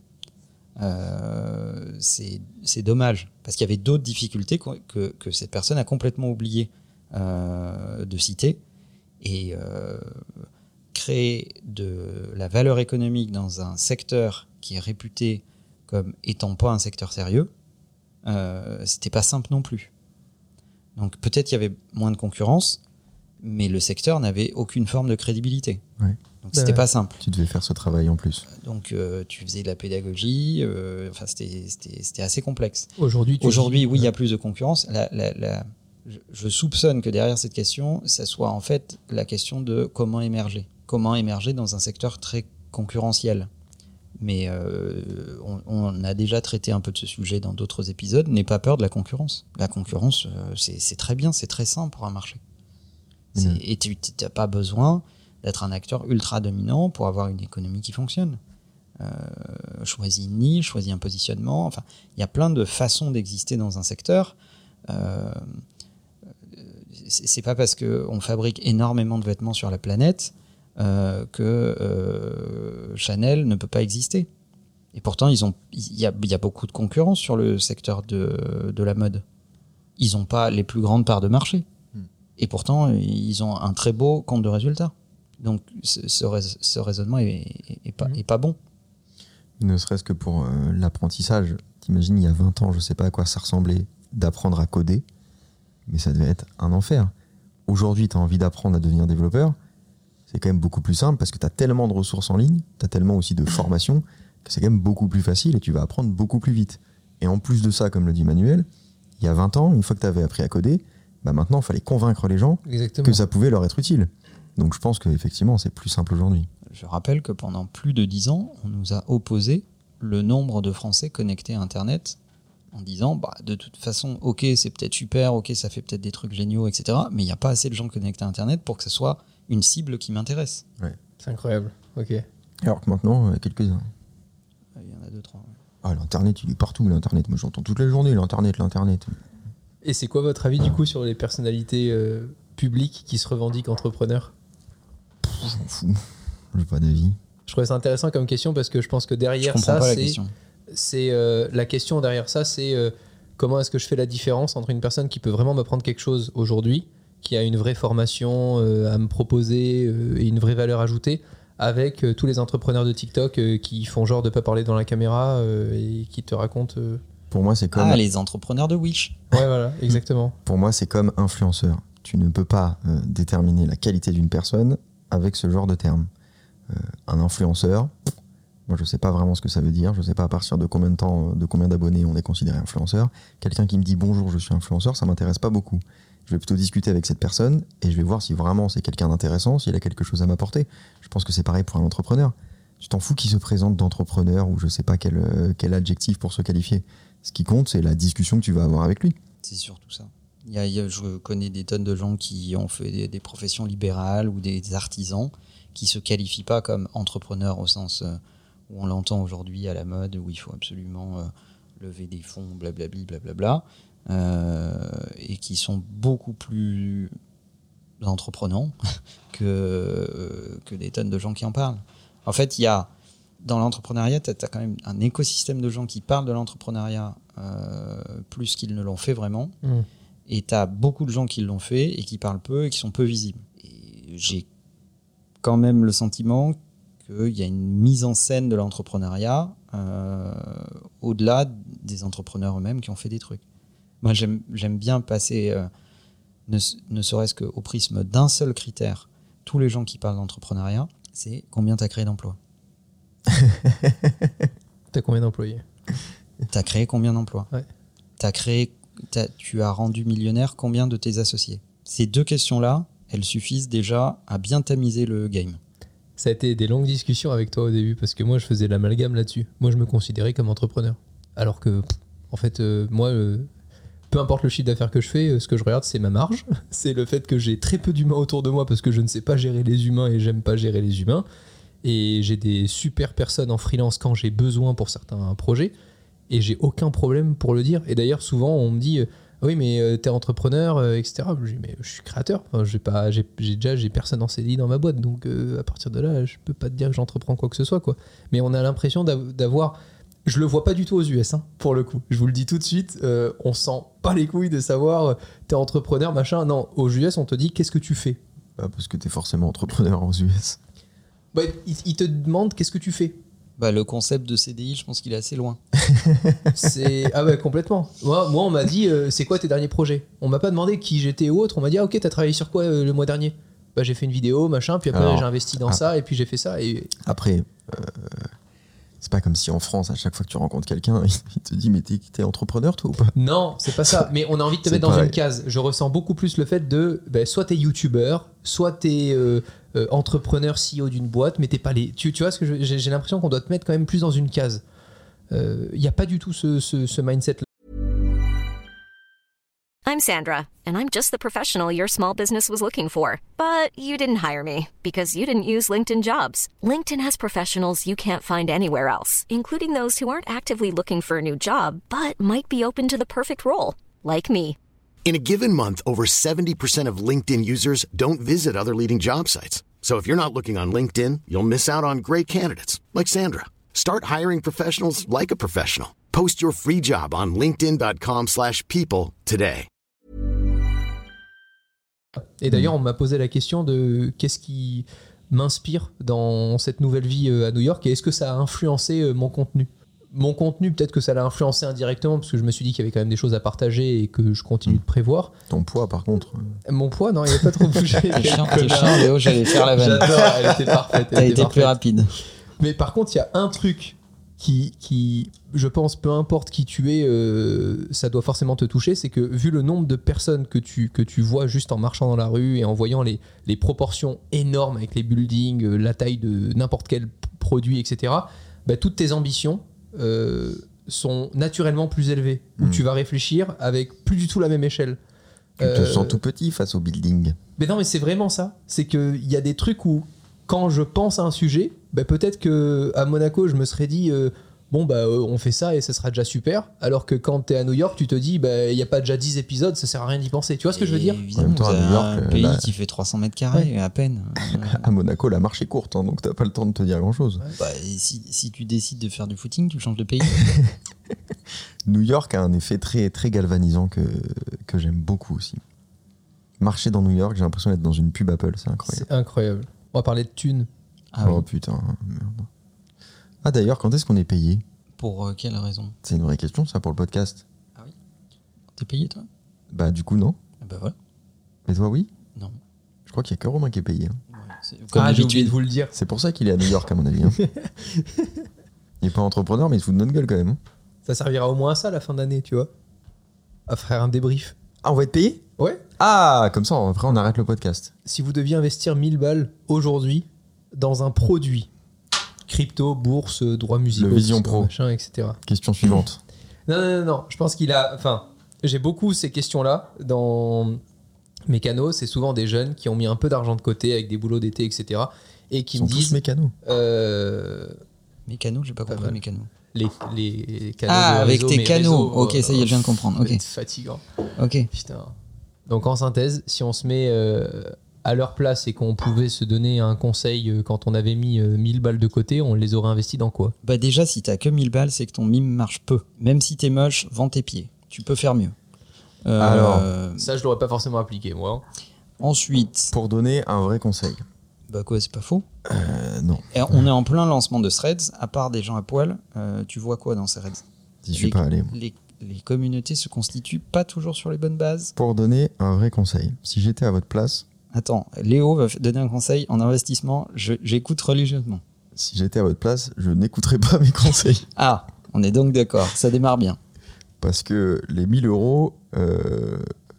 Euh, c'est, c'est dommage, parce qu'il y avait d'autres difficultés que, que, que cette personne a complètement oublié euh, de citer, et euh, créer de la valeur économique dans un secteur qui est réputé comme étant pas un secteur sérieux, euh, c'était pas simple non plus. Donc peut-être il y avait moins de concurrence, mais le secteur n'avait aucune forme de crédibilité. Ouais. Donc c'était Ouais. pas simple. Tu devais faire ce travail en plus. Donc euh, tu faisais de la pédagogie, euh, enfin c'était, c'était, c'était assez complexe. Aujourd'hui, tu Aujourd'hui, dis- oui, il y a plus de concurrence. La, la, la, je, je soupçonne que derrière cette question, ça soit en fait la question de comment émerger. Comment émerger dans un secteur très concurrentiel. Mais euh, on, on a déjà traité un peu de ce sujet dans d'autres épisodes. N'aie pas peur de la concurrence. La concurrence, euh, c'est, c'est très bien, c'est très sain pour un marché. C'est, Mmh. Et tu n'as pas besoin d'être un acteur ultra dominant pour avoir une économie qui fonctionne. Euh, choisis une niche, choisis un positionnement. Enfin, il y a plein de façons d'exister dans un secteur. Euh, c'est, c'est pas parce qu'on fabrique énormément de vêtements sur la planète euh, que euh, Chanel ne peut pas exister. Et pourtant, ils ont, il y a, il y a beaucoup de concurrence sur le secteur de, de la mode. Ils n'ont pas les plus grandes parts de marché. Et pourtant, ils ont un très beau compte de résultats. Donc ce, ce, rais- ce raisonnement est, est, est, pas, Mmh. est pas bon. Ne serait-ce que pour euh, l'apprentissage. T'imagines, il y a vingt ans, je sais pas à quoi ça ressemblait d'apprendre à coder, mais ça devait être un enfer. Aujourd'hui, tu as envie d'apprendre à devenir développeur, c'est quand même beaucoup plus simple parce que tu as tellement de ressources en ligne, tu as tellement aussi de formations, que c'est quand même beaucoup plus facile et tu vas apprendre beaucoup plus vite. Et en plus de ça, comme le dit Manuel, il y a vingt ans, une fois que tu avais appris à coder, bah maintenant, il fallait convaincre les gens Exactement. que ça pouvait leur être utile. Donc je pense qu'effectivement, c'est plus simple aujourd'hui. Je rappelle que pendant plus de dix ans, on nous a opposé le nombre de Français connectés à Internet en disant bah, de toute façon, ok, c'est peut-être super, ok, ça fait peut-être des trucs géniaux, et cetera. Mais il n'y a pas assez de gens connectés à Internet pour que ce soit une cible qui m'intéresse. C'est incroyable. Ok. Alors que maintenant, il y a quelques-uns. Il y en a deux, trois. Ouais. Ah, l'Internet, il est partout, l'Internet. Moi, j'entends toute la journée, l'Internet, l'Internet. Et c'est quoi votre avis du coup sur les personnalités euh, publiques qui se revendiquent entrepreneurs ? Pff, j'en fous. J'ai pas d'avis. Je trouvais ça intéressant comme question parce que je pense que Je derrière comprends ça, pas la c'est, question. c'est euh, la question derrière ça, c'est euh, comment est-ce que je fais la différence entre une personne qui peut vraiment m'apprendre quelque chose aujourd'hui, qui a une vraie formation euh, à me proposer euh, et une vraie valeur ajoutée, avec euh, tous les entrepreneurs de TikTok euh, qui font genre de pas parler dans la caméra euh, et qui te racontent. euh, Pour moi, c'est comme, Ah, les entrepreneurs de Wish. Ouais, voilà, exactement. pour moi, c'est comme influenceur. Tu ne peux pas euh, déterminer la qualité d'une personne avec ce genre de termes. Euh, un influenceur, moi, je sais pas vraiment ce que ça veut dire. Je sais pas à partir de combien de temps, de combien d'abonnés on est considéré influenceur. Quelqu'un qui me dit bonjour, je suis influenceur, ça m'intéresse pas beaucoup. Je vais plutôt discuter avec cette personne et je vais voir si vraiment c'est quelqu'un d'intéressant, s'il a quelque chose à m'apporter. Je pense que c'est pareil pour un entrepreneur. Tu t'en fous qu'il se présente d'entrepreneur ou je sais pas quel, euh, quel adjectif pour se qualifier. Ce qui compte, c'est la discussion que tu vas avoir avec lui. C'est surtout ça. Il y a, il y a- je connais des tonnes de gens qui ont fait des, des professions libérales ou des, des artisans qui se qualifient pas comme entrepreneurs au sens euh, où on l'entend aujourd'hui à la mode, où il faut absolument euh, lever des fonds, blablabli, blablabla, euh, et qui sont beaucoup plus entreprenants que, euh, que des tonnes de gens qui en parlent. En fait, il y a dans l'entrepreneuriat, tu as quand même un écosystème de gens qui parlent de l'entrepreneuriat euh, plus qu'ils ne l'ont fait vraiment. Mm. Et tu as beaucoup de gens qui l'ont fait et qui parlent peu et qui sont peu visibles. Et j'ai quand même le sentiment qu'il y a une mise en scène de l'entrepreneuriat euh, au-delà des entrepreneurs eux-mêmes qui ont fait des trucs. Moi, j'aime, j'aime bien passer, euh, ne, ne serait-ce qu'au prisme d'un seul critère, tous les gens qui parlent d'entrepreneuriat, c'est combien tu as créé d'emplois. T'as combien d'employés ? Tu as créé combien d'emplois Ouais. T'as créé, t'as- tu as rendu millionnaire combien de tes associés? Ces deux questions-là, elles suffisent déjà à bien tamiser le game. Ça a été des longues discussions avec toi au début parce que moi je faisais l'amalgame là-dessus. Moi je me considérais comme entrepreneur. Alors que, pff, en fait, euh, moi, euh, peu importe le chiffre d'affaires que je fais, euh, ce que je regarde c'est ma marge. C'est le fait que j'ai très peu d'humains autour de moi parce que je ne sais pas gérer les humains et j'aime pas gérer les humains. Et j'ai des super personnes en freelance quand j'ai besoin pour certains projets. Et j'ai aucun problème pour le dire. Et d'ailleurs, souvent, on me dit euh, oui, mais euh, t'es entrepreneur, euh, et cetera. Je dis, mais je suis créateur. Enfin, j'ai pas, j'ai, j'ai déjà j'ai personne en C D I dans ma boîte. Donc, euh, à partir de là, je peux pas te dire que j'entreprends quoi que ce soit, quoi. Mais on a l'impression d'av- d'avoir. Je le vois pas du tout aux U S, hein, pour le coup. Je vous le dis tout de suite. Euh, on sent pas les couilles de savoir euh, t'es entrepreneur, machin. Non, aux U S, on te dit qu'est-ce que tu fais. Bah, parce que t'es forcément entrepreneur aux U S. Bah, ils, ils te demandent qu'est-ce que tu fais. Bah, le concept de C D I, je pense qu'il est assez loin. C'est ah ouais complètement. Moi, moi on m'a dit euh, c'est quoi tes derniers projets. On m'a pas demandé qui j'étais ou autre. On m'a dit ah ok t'as travaillé sur quoi euh, le mois dernier. Bah j'ai fait une vidéo machin puis après Alors, j'ai investi dans ah. ça et puis j'ai fait ça et Après, euh, c'est pas comme si en France, à chaque fois que tu rencontres quelqu'un, il te dit mais t'es, t'es entrepreneur toi ou pas? non c'est pas ça. Mais on a envie de te C'est mettre dans pareil. une case. Je ressens beaucoup plus le fait de bah, soit t'es youtubeur, soit t'es euh, euh, entrepreneur C E O d'une boîte, mais t'es pas les. Tu, tu vois ce que je- j'ai, j'ai l'impression qu'on doit te mettre quand même plus dans une case. Il euh, y a pas du tout ce, ce, ce mindset. I'm Sandra, and I'm just the professional your small business was looking for. But you didn't hire me because you didn't use LinkedIn Jobs. LinkedIn has professionals you can't find anywhere else, including those who aren't actively looking for a new job, but might be open to the perfect role, like me. In a given month, over seventy percent of LinkedIn users don't visit other leading job sites. So if you're not looking on LinkedIn, you'll miss out on great candidates like Sandra. Start hiring professionals like a professional. Post your free job on linkedin.com slash people today. Et d'ailleurs, on m'a posé la question de qu'est-ce qui. m'inspire dans cette nouvelle vie euh, à New York et est-ce que ça a influencé euh, mon contenu ? Mon contenu, peut-être que ça l'a influencé indirectement parce que je me suis dit qu'il y avait quand même des choses à partager et que je continue de prévoir. Ton poids, par contre. euh, Mon poids, non, il n'a pas trop bougé. T'es chiant, t'es chiant, Léo, j'allais faire la vanne. J'adore, elle était parfaite. elle T'as était été parfaite. plus rapide. Mais par contre, il y a un truc qui, qui, je pense, peu importe qui tu es, euh, ça doit forcément te toucher, c'est que vu le nombre de personnes que tu, que tu vois juste en marchant dans la rue et en voyant les, les proportions énormes avec les buildings, euh, la taille de n'importe quel p- produit, et cetera, bah, toutes tes ambitions euh, sont naturellement plus élevées, où Mm. tu vas réfléchir avec plus du tout la même échelle. Tu te Euh, sens tout petit face au building. Mais non, mais c'est vraiment ça. C'est qu'il y a des trucs où, quand je pense à un sujet, bah peut-être qu'à Monaco, je me serais dit, euh, bon, bah, euh, on fait ça et ça sera déjà super. Alors que quand t'es à New York, tu te dis, bah, il n'y a pas déjà dix épisodes, ça sert à rien d'y penser. Tu vois ce que je veux dire ? Et évidemment, En même temps, vous à avez New York, un euh, pays là- qui fait trois cents mètres carrés, à peine. À Monaco, la marche est courte, hein, donc t'as pas le temps de te dire grand-chose. Bah, et si, si tu décides de faire du footing, tu changes de pays. New York a un effet très, très galvanisant que, que j'aime beaucoup aussi. Marcher dans New York, j'ai l'impression d'être dans une pub Apple, c'est incroyable. C'est incroyable. On va parler de thunes. Ah oh oui. putain, merde. Ah d'ailleurs, quand est-ce qu'on est payé ? Pour euh, quelle raison ? C'est une vraie question, ça, pour le podcast. T'es payé, toi ? Bah du coup, non. Ah bah voilà. Mais toi, oui ? Non. Je crois qu'il y a que Romain qui est payé. hein. Ouais, c'est- comme Ah, j'ai oublié d'habitude. de vous le dire. C'est pour ça qu'il est à New York, à mon avis. hein. Il est pas entrepreneur, mais il se fout de notre gueule quand même. hein. Ça servira au moins à ça à la fin d'année, tu vois. À faire un débrief. Ah, on va être payé ? Ouais. Ah, comme ça, après, on arrête le podcast. Si vous deviez investir mille balles aujourd'hui dans un produit, crypto, bourse, droits musicaux, Le Vision tout ça, Pro. machin, et cetera. Question suivante. Non, non, non, non. Je pense qu'il a. Enfin, j'ai beaucoup ces questions-là dans mes canaux. C'est souvent des jeunes qui ont mis un peu d'argent de côté avec des boulots d'été, et cetera. Et qui Ils sont me tous disent. mécanos. euh, Mécano, j'ai pas Pas compris mal. mécano. les, les canaux. Ah, de avec réseau, tes mes canaux. réseaux, Ok, ça y est, je viens de comprendre. Ok. C'est fatigant. Ok. Putain. Donc en synthèse, si on se met euh, à leur place et qu'on pouvait se donner un conseil euh, quand on avait mis euh, mille balles de côté, on les aurait investis dans quoi ? Bah déjà, si t'as que mille balles, c'est que ton mime marche peu. Même si t'es moche, vends tes pieds. Tu peux faire mieux. Euh, Alors. Ça, je l'aurais pas forcément appliqué, moi. Ensuite, Pour donner un vrai conseil. bah quoi, c'est pas faux. Euh, non, Et on est en plein lancement de threads. À part des gens à poil, euh, tu vois quoi dans ces threads ? j'y suis les, pas allé. moi. les, les communautés se constituent pas toujours sur les bonnes bases. Pour donner un vrai conseil, si j'étais à votre place, Attends, Léo va f- donner un conseil en investissement. Je- j'écoute religieusement. si j'étais à votre place, je n'écouterais pas mes conseils. Ah, on est donc d'accord. Ça démarre bien. Parce que les mille euros, euh,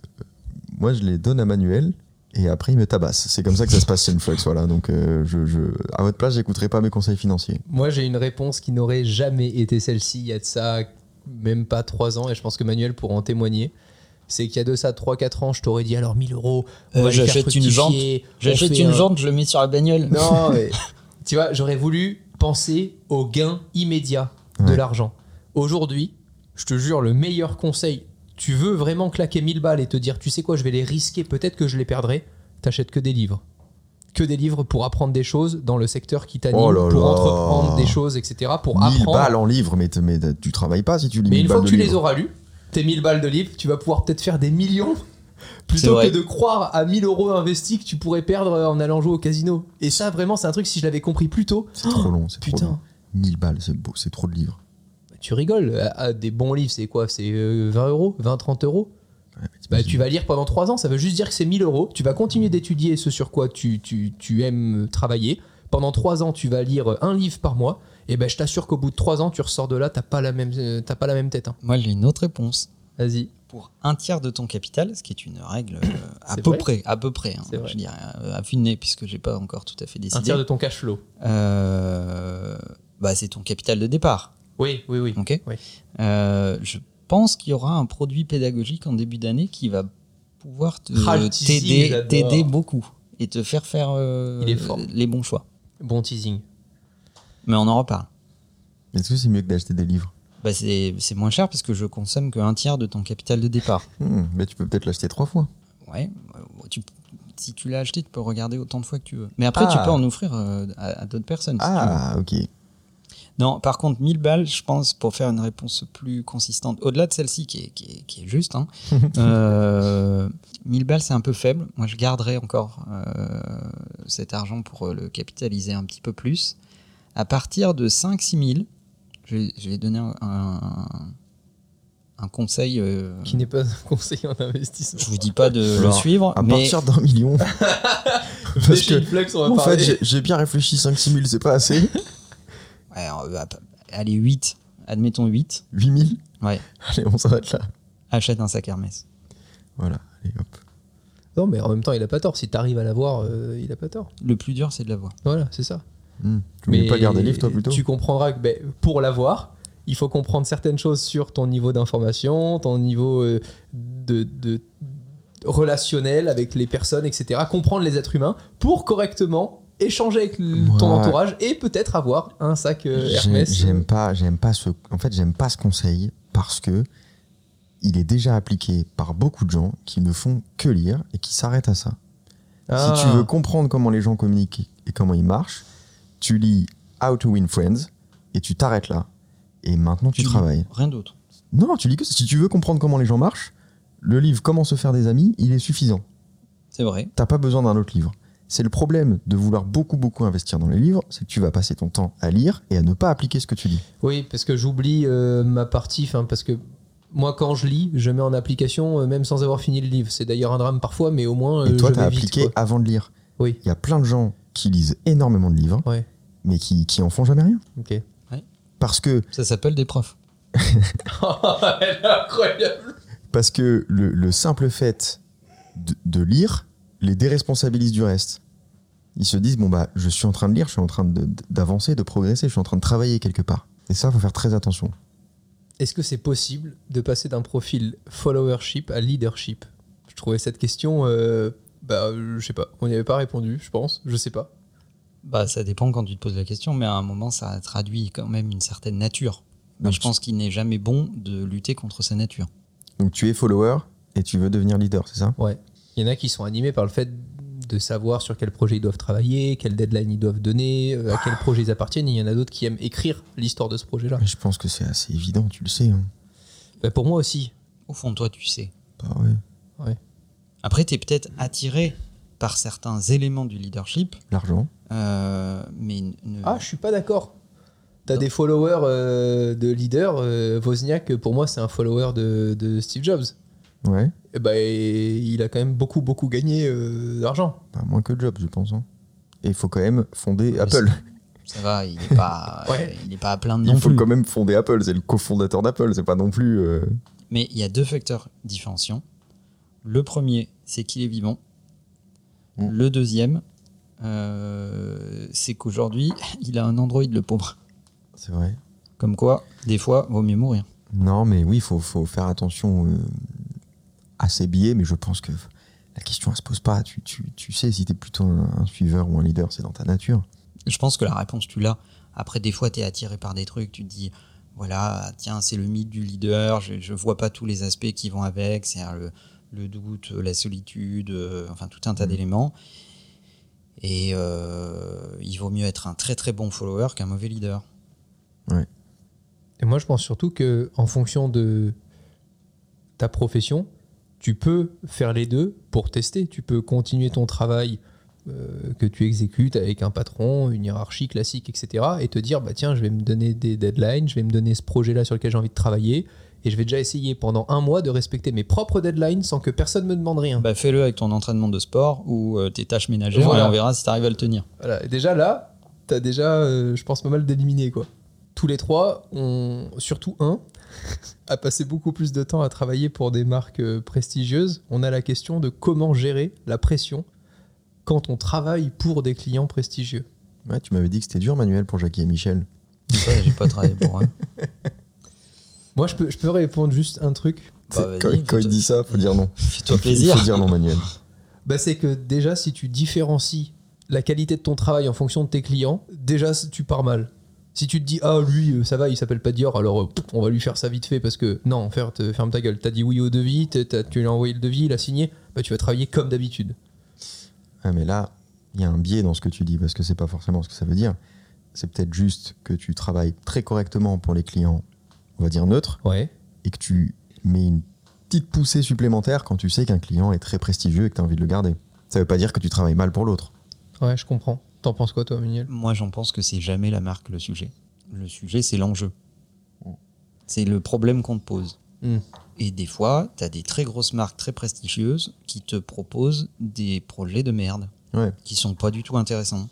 moi je les donne à Manuel et après il me tabasse. C'est comme ça que ça se passe chez Influx. Voilà. Donc euh, je, je, à votre place, j'écouterais pas mes conseils financiers. Moi, j'ai une réponse qui n'aurait jamais été celle-ci. Il y a de ça même pas trois ans, et je pense que Manuel pourra en témoigner. C'est qu'il y a de ça trois quatre ans, je t'aurais dit alors mille euros, on Euh, va les faire j'achète une fructifier, on J'achète fait une un- jante, je le mets sur la bagnole. Non, mais tu vois, j'aurais voulu penser au gain immédiat de Ouais. l'argent. Aujourd'hui, je te jure, le meilleur conseil, tu veux vraiment claquer mille balles et te dire, tu sais quoi, je vais les risquer, peut-être que je les perdrai, t'achètes que des livres. Que des livres pour apprendre des choses dans le secteur qui t'anime, Oh là pour là. entreprendre des choses, et cetera. Pour mille apprendre. balles en livre, mais, te- mais tu travailles pas si tu lis Mais mille une fois balles que de tu les livres. auras lus, tes mille balles de livres, tu vas pouvoir peut-être faire des millions C'est plutôt vrai. que de croire à mille euros investis que tu pourrais perdre en allant jouer au casino. Et ça, vraiment, c'est un truc, si je l'avais compris plus tôt, C'est trop long, c'est trop putain. long. mille balles, c'est beau, c'est trop de livres. bah, tu rigoles. Ah, ah, des bons livres, c'est quoi ? C'est euh, vingt euros, vingt, trente euros. Ouais, mais Bah, t'imagines. tu vas lire pendant trois ans, ça veut juste dire que c'est mille euros. Tu vas continuer d'étudier ce sur quoi tu, tu, tu aimes travailler. Pendant trois ans, tu vas lire un livre par mois. Et ben, je t'assure qu'au bout de trois ans, tu ressors de là, t'as pas la même, euh, t'as pas la même tête. hein. Moi, j'ai une autre réponse. Vas-y. Pour un tiers de ton capital, ce qui est une règle euh, à C'est peu vrai près, à peu près, hein, C'est vrai. je dirais, euh, à vue de nez, puisque j'ai pas encore tout à fait décidé. Un tiers de ton cash flow. Euh, bah, c'est ton capital de départ. Oui, oui, oui. Ok. Oui. Euh, je pense qu'il y aura un produit pédagogique en début d'année qui va pouvoir te- Ah, le teasing, t'aider, j'adore. t'aider beaucoup et te faire faire euh, Il est fort. les bons choix. Bon teasing. Mais on en reparle. Est-ce que c'est mieux que d'acheter des livres ? Bah, c'est, c'est moins cher parce que je consomme qu'un tiers de ton capital de départ. Hmm, mais tu peux peut-être l'acheter trois fois. Ouais. euh, Tu, si tu l'as acheté, tu peux regarder autant de fois que tu veux. Mais après, Ah. tu peux en offrir euh, à, à d'autres personnes. si tu veux. Ah, ok. Non, par contre, mille balles, je pense, pour faire une réponse plus consistante, au-delà de celle-ci qui est, qui est, qui est juste, hein, euh, mille balles, c'est un peu faible. Moi, je garderais encore euh, cet argent pour euh, le capitaliser un petit peu plus. À partir de cinq six mille, je, vais- je vais donner un, un, un conseil. euh, Qui n'est pas un conseiller en investissement. je vous dis pas de Alors, le suivre, À mais partir d'un million. Parce Parce que, Flex, on va en parler. fait, j'ai- j'ai bien réfléchi, cinq six mille, c'est pas assez. ouais, euh, bah, allez, huit, admettons huit. huit mille. Ouais, Allez, on s'arrête là. achète un sac Hermès. Voilà, allez, hop. Non, mais en même temps, il a pas tort. Si t'arrives à l'avoir, euh, il a pas tort. Le plus dur, c'est de l'avoir. Voilà, c'est ça. Hmm. Tu voulais pas garder livre, toi, plutôt Tu comprendras que ben, pour l'avoir, il faut comprendre certaines choses sur ton niveau d'information, ton niveau euh, de, de relationnel avec les personnes, et cetera. Comprendre les êtres humains pour correctement échanger avec l- ton Ouais. entourage et peut-être avoir un sac euh, J'aime- Hermès. J'aime pas, j'aime pas ce. En fait, j'aime pas ce conseil parce que il est déjà appliqué par beaucoup de gens qui ne font que lire et qui s'arrêtent à ça. Ah. Si tu veux comprendre comment les gens communiquent et comment ils marchent, tu lis How to Win Friends et tu t'arrêtes là. Et maintenant, tu lis travailles. Rien d'autre. Non, tu lis que si tu veux comprendre comment les gens marchent, le livre Comment se faire des amis, il est suffisant. C'est vrai. T'as pas besoin d'un autre livre. C'est le problème de vouloir beaucoup beaucoup investir dans les livres, c'est que tu vas passer ton temps à lire et à ne pas appliquer ce que tu lis. Oui, parce que j'oublie euh, ma partie, enfin parce que moi quand je lis, je mets en application euh, même sans avoir fini le livre. C'est d'ailleurs un drame parfois, mais au moins Et euh, toi, je t'as m'évite, appliqué quoi. avant de lire. Oui, Il y a plein de gens qui lisent énormément de livres, ouais, mais qui, qui en font jamais rien. ok. Parce que, Ça s'appelle des profs. Elle est incroyable. parce que le, le simple fait de, de lire les déresponsabilise du reste. Ils se disent, bon bah, je suis en train de lire, je suis en train de- d'avancer, de progresser, je suis en train de travailler quelque part. Et ça, faut faire très attention. Est-ce que c'est possible de passer d'un profil followership à leadership? Je trouvais cette question, euh, bah, euh, je sais pas, on n'y avait pas répondu, je pense, je sais pas. Bah, ça dépend quand tu te poses la question, mais à un moment, ça traduit quand même une certaine nature. Mais Donc, je pense qu'il n'est jamais bon de lutter contre sa nature. Donc tu es follower et tu veux devenir leader, c'est ça? Ouais. Il y en a qui sont animés par le fait de savoir sur quel projet ils doivent travailler, quel deadline ils doivent donner, euh, à quel projet ils appartiennent. Et il y en a d'autres qui aiment écrire l'histoire de ce projet-là. Mais je pense que c'est assez évident, tu le sais. Hein. Bah, pour moi aussi. Au fond de toi, tu sais. Bah ouais. Ouais. Après, tu es peut-être attiré par certains éléments du leadership, L'argent. euh, mais ne... Ah, je suis pas d'accord. T'as Non. des followers euh, de leaders. euh, Wozniak, pour moi, c'est un follower de, de Steve Jobs. Ouais. Et bah, et il a quand même beaucoup, beaucoup gagné euh, d'argent. Pas moins que Jobs, je pense. Hein. Et il faut quand même fonder Mais Apple. ça va, il n'est pas, Ouais. il est pas à plaindre Il non faut plus. quand même fonder Apple. C'est le cofondateur d'Apple. C'est pas non plus. euh, Mais il y a deux facteurs différenciants. Le premier, c'est qu'il est vivant. Mm. Le deuxième, euh, c'est qu'aujourd'hui, il a un Android, le pauvre. C'est vrai. Comme quoi, des fois, vaut mieux mourir. Non, mais oui, il faut, faut faire attention euh, à ses billets. Mais je pense que la question, elle se pose pas. Tu, tu, tu sais si tu es plutôt un, un suiveur ou un leader, c'est dans ta nature. Je pense que la réponse, tu l'as. Après, des fois, tu es attiré par des trucs, tu te dis, voilà, tiens, c'est le mythe du leader, je, je vois pas tous les aspects qui vont avec, c'est le, le doute, la solitude, euh, enfin tout un tas Mmh. d'éléments. Et euh, il vaut mieux être un très très bon follower qu'un mauvais leader. Et moi, je pense surtout que en fonction de ta profession, tu peux faire les deux pour tester. Tu peux continuer ton travail euh, que tu exécutes avec un patron, une hiérarchie classique, et cetera. Et te dire, bah tiens, je vais me donner des deadlines, je vais me donner ce projet-là sur lequel j'ai envie de travailler. Et je vais déjà essayer pendant un mois de respecter mes propres deadlines sans que personne me demande rien. Bah, fais-le avec ton entraînement de sport ou euh, tes tâches ménagères Voilà. et on verra si tu arrives à le tenir. Voilà. Et déjà là, t'as déjà, euh, je pense, pas mal d'éliminés, quoi. Tous les trois, on, surtout un, a passé beaucoup plus de temps à travailler pour des marques euh, prestigieuses. On a la question de comment gérer la pression quand on travaille pour des clients prestigieux. Ouais, tu m'avais dit que c'était dur, Manuel, pour Jackie et Michel. Ouais, j'ai pas travaillé pour eux. Moi, je peux, je peux répondre juste un truc. Bah, C'est- quand vas-y, quand il fais-toi- dit ça, faut dire non. Fais-toi Il plaisir. faut dire non, Manuel. Bah, c'est que déjà, si tu différencies la qualité de ton travail en fonction de tes clients, déjà, tu pars mal. Si tu te dis, ah, lui, euh, ça va, il s'appelle pas Dior, alors euh, pff, on va lui faire ça vite fait parce que non, faire, te- ferme ta gueule. T'as dit oui au devis, t'as- t'as- tu lui as envoyé le devis, il a signé, bah, tu vas travailler comme d'habitude. Ah, mais là, il y a un biais dans ce que tu dis, parce que c'est pas forcément ce que ça veut dire. C'est peut-être juste que tu travailles très correctement pour les clients, on va dire neutres, Ouais. et que tu mets une petite poussée supplémentaire quand tu sais qu'un client est très prestigieux et que tu as envie de le garder. Ça veut pas dire que tu travailles mal pour l'autre. Ouais, je comprends. T'en penses quoi, toi, Manuel ? Moi, j'en pense que c'est jamais la marque le sujet. Le sujet, c'est l'enjeu. C'est le problème qu'on te pose. Mm. Et des fois, tu as des très grosses marques très prestigieuses qui te proposent des projets de merde, Ouais. qui sont pas du tout intéressants.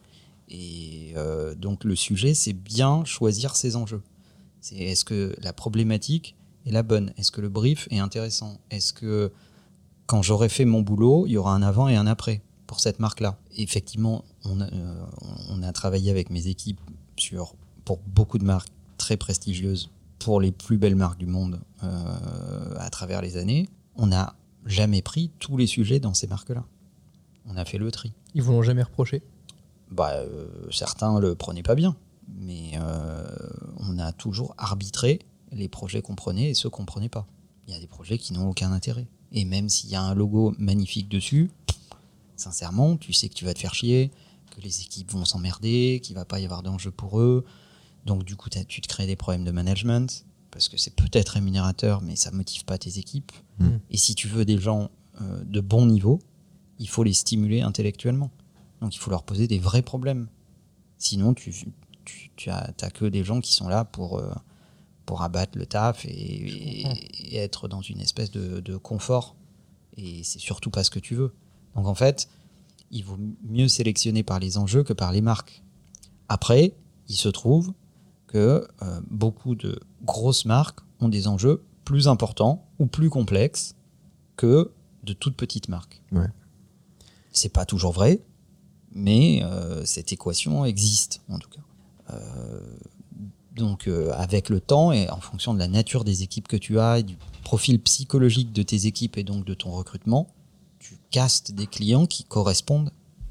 Et euh, donc, le sujet, c'est bien choisir ses enjeux. C'est est-ce que la problématique est la bonne ? Est-ce que le brief est intéressant ? Est-ce que quand j'aurai fait mon boulot, il y aura un avant et un après pour cette marque-là ? Effectivement, on a, euh, on a travaillé avec mes équipes sur, pour beaucoup de marques très prestigieuses, pour les plus belles marques du monde euh, à travers les années. On n'a jamais pris tous les sujets dans ces marques-là. On a fait le tri. Ils vous l'ont jamais reproché ? Bah, euh, certains le prenaient pas bien, mais euh, on a toujours arbitré les projets qu'on prenait et ceux qu'on prenait pas. Il y a des projets qui n'ont aucun intérêt. Et même s'il y a un logo magnifique dessus, sincèrement, tu sais que tu vas te faire chier, que les équipes vont s'emmerder, qu'il va pas y avoir d'enjeu pour eux. Donc du coup, tu te crées des problèmes de management, parce que c'est peut-être rémunérateur, mais ça motive pas tes équipes. Mmh. Et si tu veux des gens euh, de bon niveau, il faut les stimuler intellectuellement. Donc il faut leur poser des vrais problèmes. Sinon, tu, tu, tu as, t'as que des gens qui sont là pour, euh, pour abattre le taf et, et, et être dans une espèce de, de confort. Et c'est surtout pas ce que tu veux. Donc en fait, il vaut mieux sélectionner par les enjeux que par les marques. Après, il se trouve que euh, beaucoup de grosses marques ont des enjeux plus importants ou plus complexes que de toutes petites marques. Ouais. C'est pas toujours vrai, mais euh, cette équation existe en tout cas. Euh, donc euh, avec le temps et en fonction de la nature des équipes que tu as et du profil psychologique de tes équipes et donc de ton recrutement, tu castes des clients qui correspondent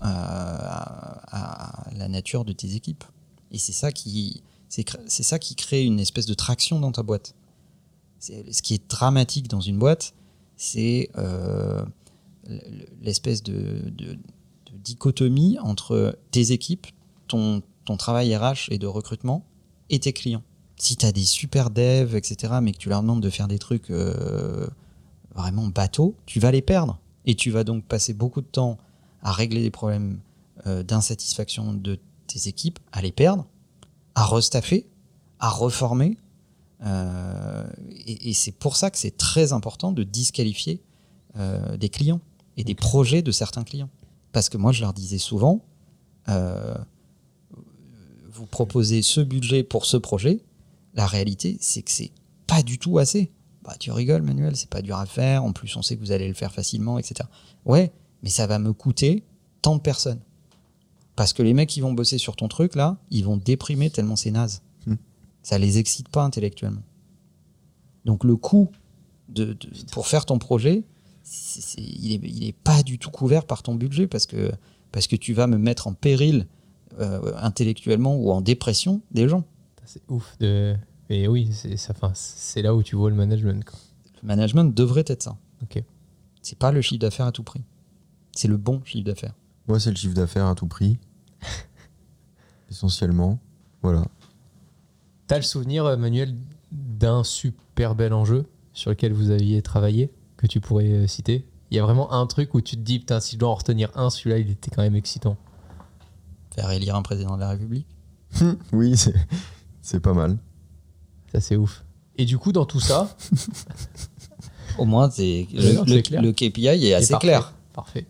à, à, à la nature de tes équipes. Et c'est ça qui, c'est, c'est ça qui crée une espèce de traction dans ta boîte. C'est, ce qui est dramatique dans une boîte, c'est euh, l'espèce de, de, de dichotomie entre tes équipes, ton, ton travail R H et de recrutement, et tes clients. Si tu as des super devs, et cetera, mais que tu leur demandes de faire des trucs euh, vraiment bateaux, tu vas les perdre. Et tu vas donc passer beaucoup de temps à régler des problèmes euh, d'insatisfaction de tes équipes, à les perdre, à restaffer, à reformer. Euh, et, et c'est pour ça que c'est très important de disqualifier euh, des clients et des projets de certains clients. Parce que moi, je leur disais souvent, euh, vous proposez ce budget pour ce projet, la réalité, c'est que c'est pas du tout assez. Bah, tu rigoles, Manuel, c'est pas dur à faire, en plus on sait que vous allez le faire facilement, et cetera. Ouais, mais ça va me coûter tant de personnes. Parce que les mecs qui vont bosser sur ton truc, là, ils vont déprimer tellement c'est naze. Mmh. Ça les excite pas intellectuellement. Donc le coût de, de, pour faire ton projet, c'est, c'est, il, est, il est pas du tout couvert par ton budget, parce que, parce que tu vas me mettre en péril euh, intellectuellement ou en dépression des gens. C'est ouf de... Et oui, c'est, ça, fin, c'est là où tu vois le management, quoi. Le management devrait être ça. Ok. C'est pas le chiffre d'affaires à tout prix. C'est le bon chiffre d'affaires. Moi, c'est le chiffre d'affaires à tout prix. Essentiellement. Voilà. T'as le souvenir, Manuel, d'un super bel enjeu sur lequel vous aviez travaillé, que tu pourrais citer ? Il y a vraiment un truc où tu te dis, putain, si je dois en retenir un, celui-là, il était quand même excitant. Faire élire un président de la République ? Oui, c'est, c'est pas mal. Ça, c'est ouf. Et du coup, dans tout ça... Au moins, c'est, le, non, le, c'est clair. le K P I est assez parfait, clair. Parfait.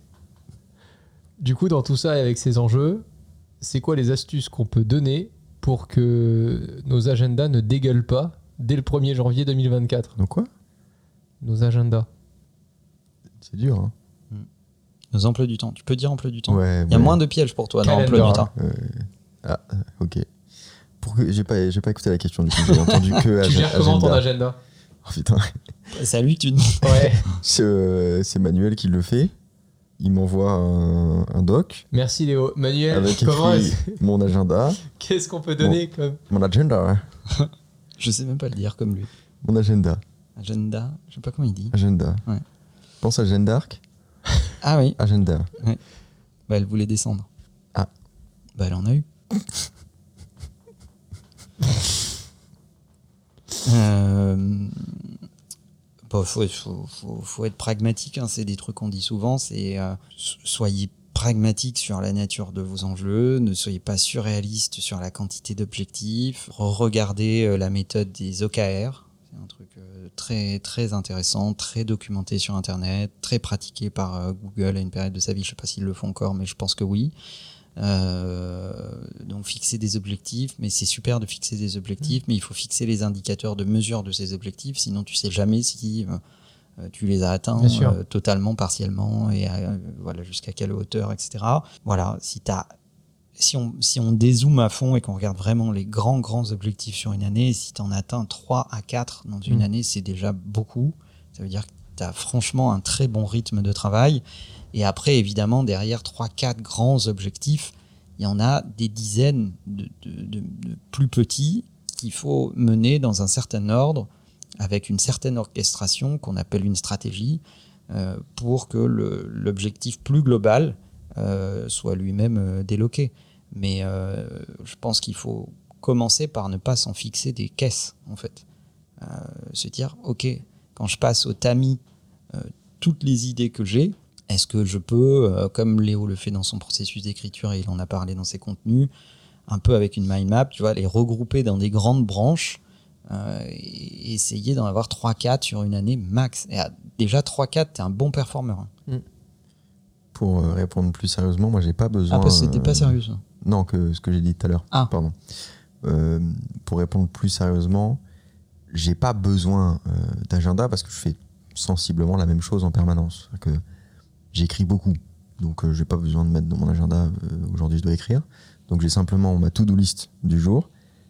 Du coup, dans tout ça, avec ces enjeux, c'est quoi les astuces qu'on peut donner pour que nos agendas ne dégueulent pas dès le premier janvier deux mille vingt-quatre ? Donc quoi ? Nos agendas. C'est dur, hein. Nos emplois du temps. Tu peux dire emploi du temps ? Ouais, Il y a ouais. moins de pièges pour toi dans Calendar. emploi du temps. Euh, ah, ok. Pour que, j'ai, pas, j'ai pas écouté la question, du coup, j'ai entendu que Tu ag- gères comment ton agenda. agenda ? Oh putain. C'est à lui que tu demandes. Ouais. C'est, euh, c'est Manuel qui le fait. Il m'envoie un, un doc Merci Léo. Manuel, avec comment écrit est-ce... mon agenda. qu'est-ce qu'on peut donner Bon. comme... Mon agenda. Hein. Je sais même pas le dire comme lui. Mon agenda. Agenda, je sais pas comment il dit. Agenda. Ouais. Pense à Jeanne d'Arc. Ah oui, Agenda. bah elle voulait descendre. Ah. Bah elle en a eu. euh... Bon, faut, faut, faut, faut être pragmatique, hein. C'est des trucs qu'on dit souvent, c'est euh, soyez pragmatique sur la nature de vos enjeux, ne soyez pas surréaliste sur la quantité d'objectifs, regardez la méthode des O K R, c'est un truc très très intéressant, très documenté sur internet, très pratiqué par Google à une période de sa vie, je sais pas s'ils le font encore, mais je pense que oui. Euh, donc fixer des objectifs, mais c'est super de fixer des objectifs, mais il faut fixer les indicateurs de mesure de ces objectifs, sinon tu sais jamais si euh, tu les as atteints euh, totalement, partiellement, et euh, voilà jusqu'à quelle hauteur, et cetera. Voilà, si t'as, si on si on dézoome à fond et qu'on regarde vraiment les grands grands objectifs sur une année, si t'en atteins trois à quatre dans une mmh. année, c'est déjà beaucoup. Ça veut dire que t'as franchement un très bon rythme de travail. Et après, évidemment, derrière trois quatre grands objectifs, il y en a des dizaines de, de, de, de plus petits qu'il faut mener dans un certain ordre, avec une certaine orchestration qu'on appelle une stratégie, euh, pour que le, l'objectif plus global euh, soit lui-même euh, déloqué. Mais euh, je pense qu'il faut commencer par ne pas s'en fixer des caisses, en fait. Euh, se dire, ok, quand je passe au tamis euh, toutes les idées que j'ai, est-ce que je peux, euh, comme Léo le fait dans son processus d'écriture et il en a parlé dans ses contenus, un peu avec une mind map, tu vois, les regrouper dans des grandes branches euh, et essayer d'en avoir trois quatre sur une année max. Et à, déjà trois quatre, t'es un bon performeur. Mm. Pour euh, répondre plus sérieusement, moi j'ai pas besoin... Ah, parce que c'était euh, pas sérieux ça. Non, que ce que j'ai dit tout à l'heure. Ah. Pardon. Euh, pour répondre plus sérieusement, j'ai pas besoin euh, d'agenda parce que je fais sensiblement la même chose en permanence. Que j'écris beaucoup, donc euh, j'ai pas besoin de mettre dans mon agenda euh, aujourd'hui je dois écrire. Donc j'ai simplement ma to-do list du jour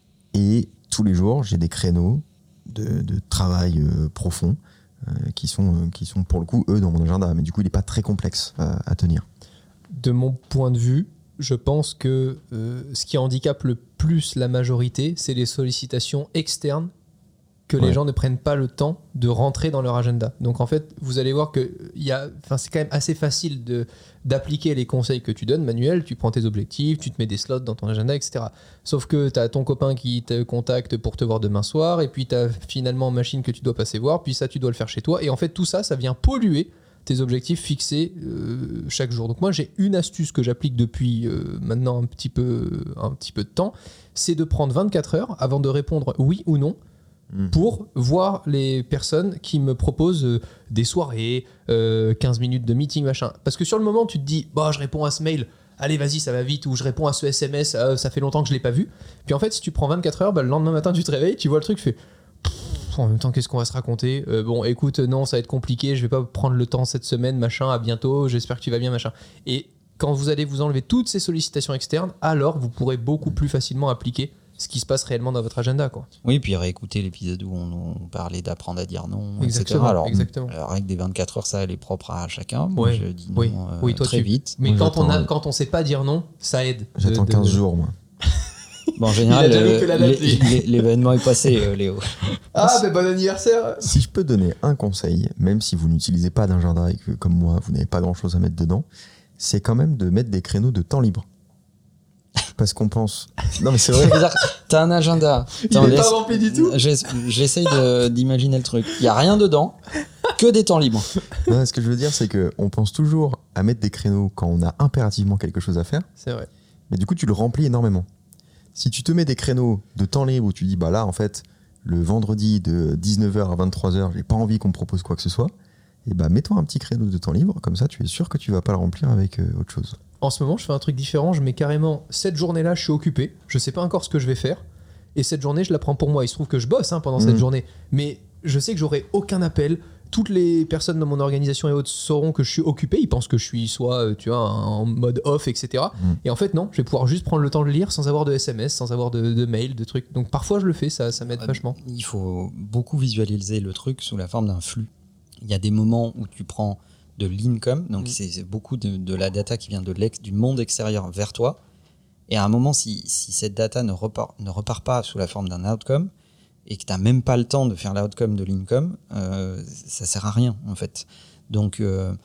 et tous les jours j'ai des créneaux de, de travail euh, profond euh, qui sont euh, qui sont pour le coup eux dans mon agenda, mais du coup il est pas très complexe à, à tenir. De mon point de vue, je pense que euh, ce qui handicape le plus la majorité, c'est les sollicitations externes que ouais. les gens ne prennent pas le temps de rentrer dans leur agenda. Donc en fait, vous allez voir que y a, c'est quand même assez facile de, d'appliquer les conseils que tu donnes, Manuel. Tu prends tes objectifs, tu te mets des slots dans ton agenda, et cetera. Sauf que tu as ton copain qui te contacte pour te voir demain soir, et puis tu as finalement une machine que tu dois passer voir, puis ça, tu dois le faire chez toi. Et en fait, tout ça, ça vient polluer tes objectifs fixés euh, chaque jour. Donc moi, j'ai une astuce que j'applique depuis euh, maintenant un petit peu, un petit peu de temps, c'est de prendre vingt-quatre heures avant de répondre oui ou non, pour voir les personnes qui me proposent euh, des soirées, euh, quinze minutes de meeting, machin. Parce que sur le moment, tu te dis, bah, je réponds à ce mail, allez, vas-y, ça va vite, ou je réponds à ce S M S, euh, ça fait longtemps que je ne l'ai pas vu. Puis en fait, si tu prends vingt-quatre heures, bah, le lendemain matin, tu te réveilles, tu vois le truc, tu fais, en même temps, qu'est-ce qu'on va se raconter euh, Bon, écoute, non, ça va être compliqué, je vais pas prendre le temps cette semaine, machin, à bientôt, j'espère que tu vas bien, machin. Et quand vous allez vous enlever toutes ces sollicitations externes, alors vous pourrez beaucoup plus facilement appliquer ce qui se passe réellement dans votre agenda, quoi. Oui, puis réécouter l'épisode où on, on parlait d'apprendre à dire non, exactement, et cetera. Alors, exactement. la règle des vingt-quatre heures, ça, elle est propre à chacun. Moi, oui, je dis non oui, euh, oui, toi, très tu... vite. Mais moi, quand on, a, j'attends... quand on sait pas dire non, ça aide. J'attends de, quinze de... jours, moi. Bon, en général, euh, l'événement est passé, euh, Léo. Ah, ben bon anniversaire. Si je peux donner un conseil, même si vous n'utilisez pas d'agenda et que, comme moi, vous n'avez pas grand-chose à mettre dedans, c'est quand même de mettre des créneaux de temps libre. Parce qu'on pense... Non, mais c'est vrai. T'as un agenda. Il n'est pas rempli du tout. J'essaye de, d'imaginer le truc. Il n'y a rien dedans, que des temps libres. Non, ce que je veux dire, c'est qu'on pense toujours à mettre des créneaux quand on a impérativement quelque chose à faire. C'est vrai. Mais du coup, tu le remplis énormément. Si tu te mets des créneaux de temps libre où tu dis, bah là, en fait, le vendredi de dix-neuf heures à vingt-trois heures, j'ai pas envie qu'on me propose quoi que ce soit, et bah mets-toi un petit créneau de temps libre, comme ça, tu es sûr que tu vas pas le remplir avec euh, autre chose. En ce moment, je fais un truc différent. Je mets carrément cette journée-là, je suis occupé. Je sais pas encore ce que je vais faire. Et cette journée, je la prends pour moi. Il se trouve que je bosse hein, pendant mmh. cette journée. Mais je sais que j'aurai aucun appel. Toutes les personnes dans mon organisation et autres sauront que je suis occupé. Ils pensent que je suis soit tu vois, en mode off, et cetera. Mmh. Et en fait, non. Je vais pouvoir juste prendre le temps de lire sans avoir de S M S, sans avoir de, de mail, de trucs. Donc parfois, je le fais. Ça, ça m'aide euh, vachement. Il faut beaucoup visualiser le truc sous la forme d'un flux. Il y a des moments où tu prends de l'income, donc mmh. c'est, c'est beaucoup de, de la data qui vient de l'ex, du monde extérieur vers toi. Et à un moment, si, si cette data ne repart, ne repart pas sous la forme d'un outcome, et que tu n'as même pas le temps de faire l'outcome de l'income, euh, ça sert à rien, en fait. Donc, euh,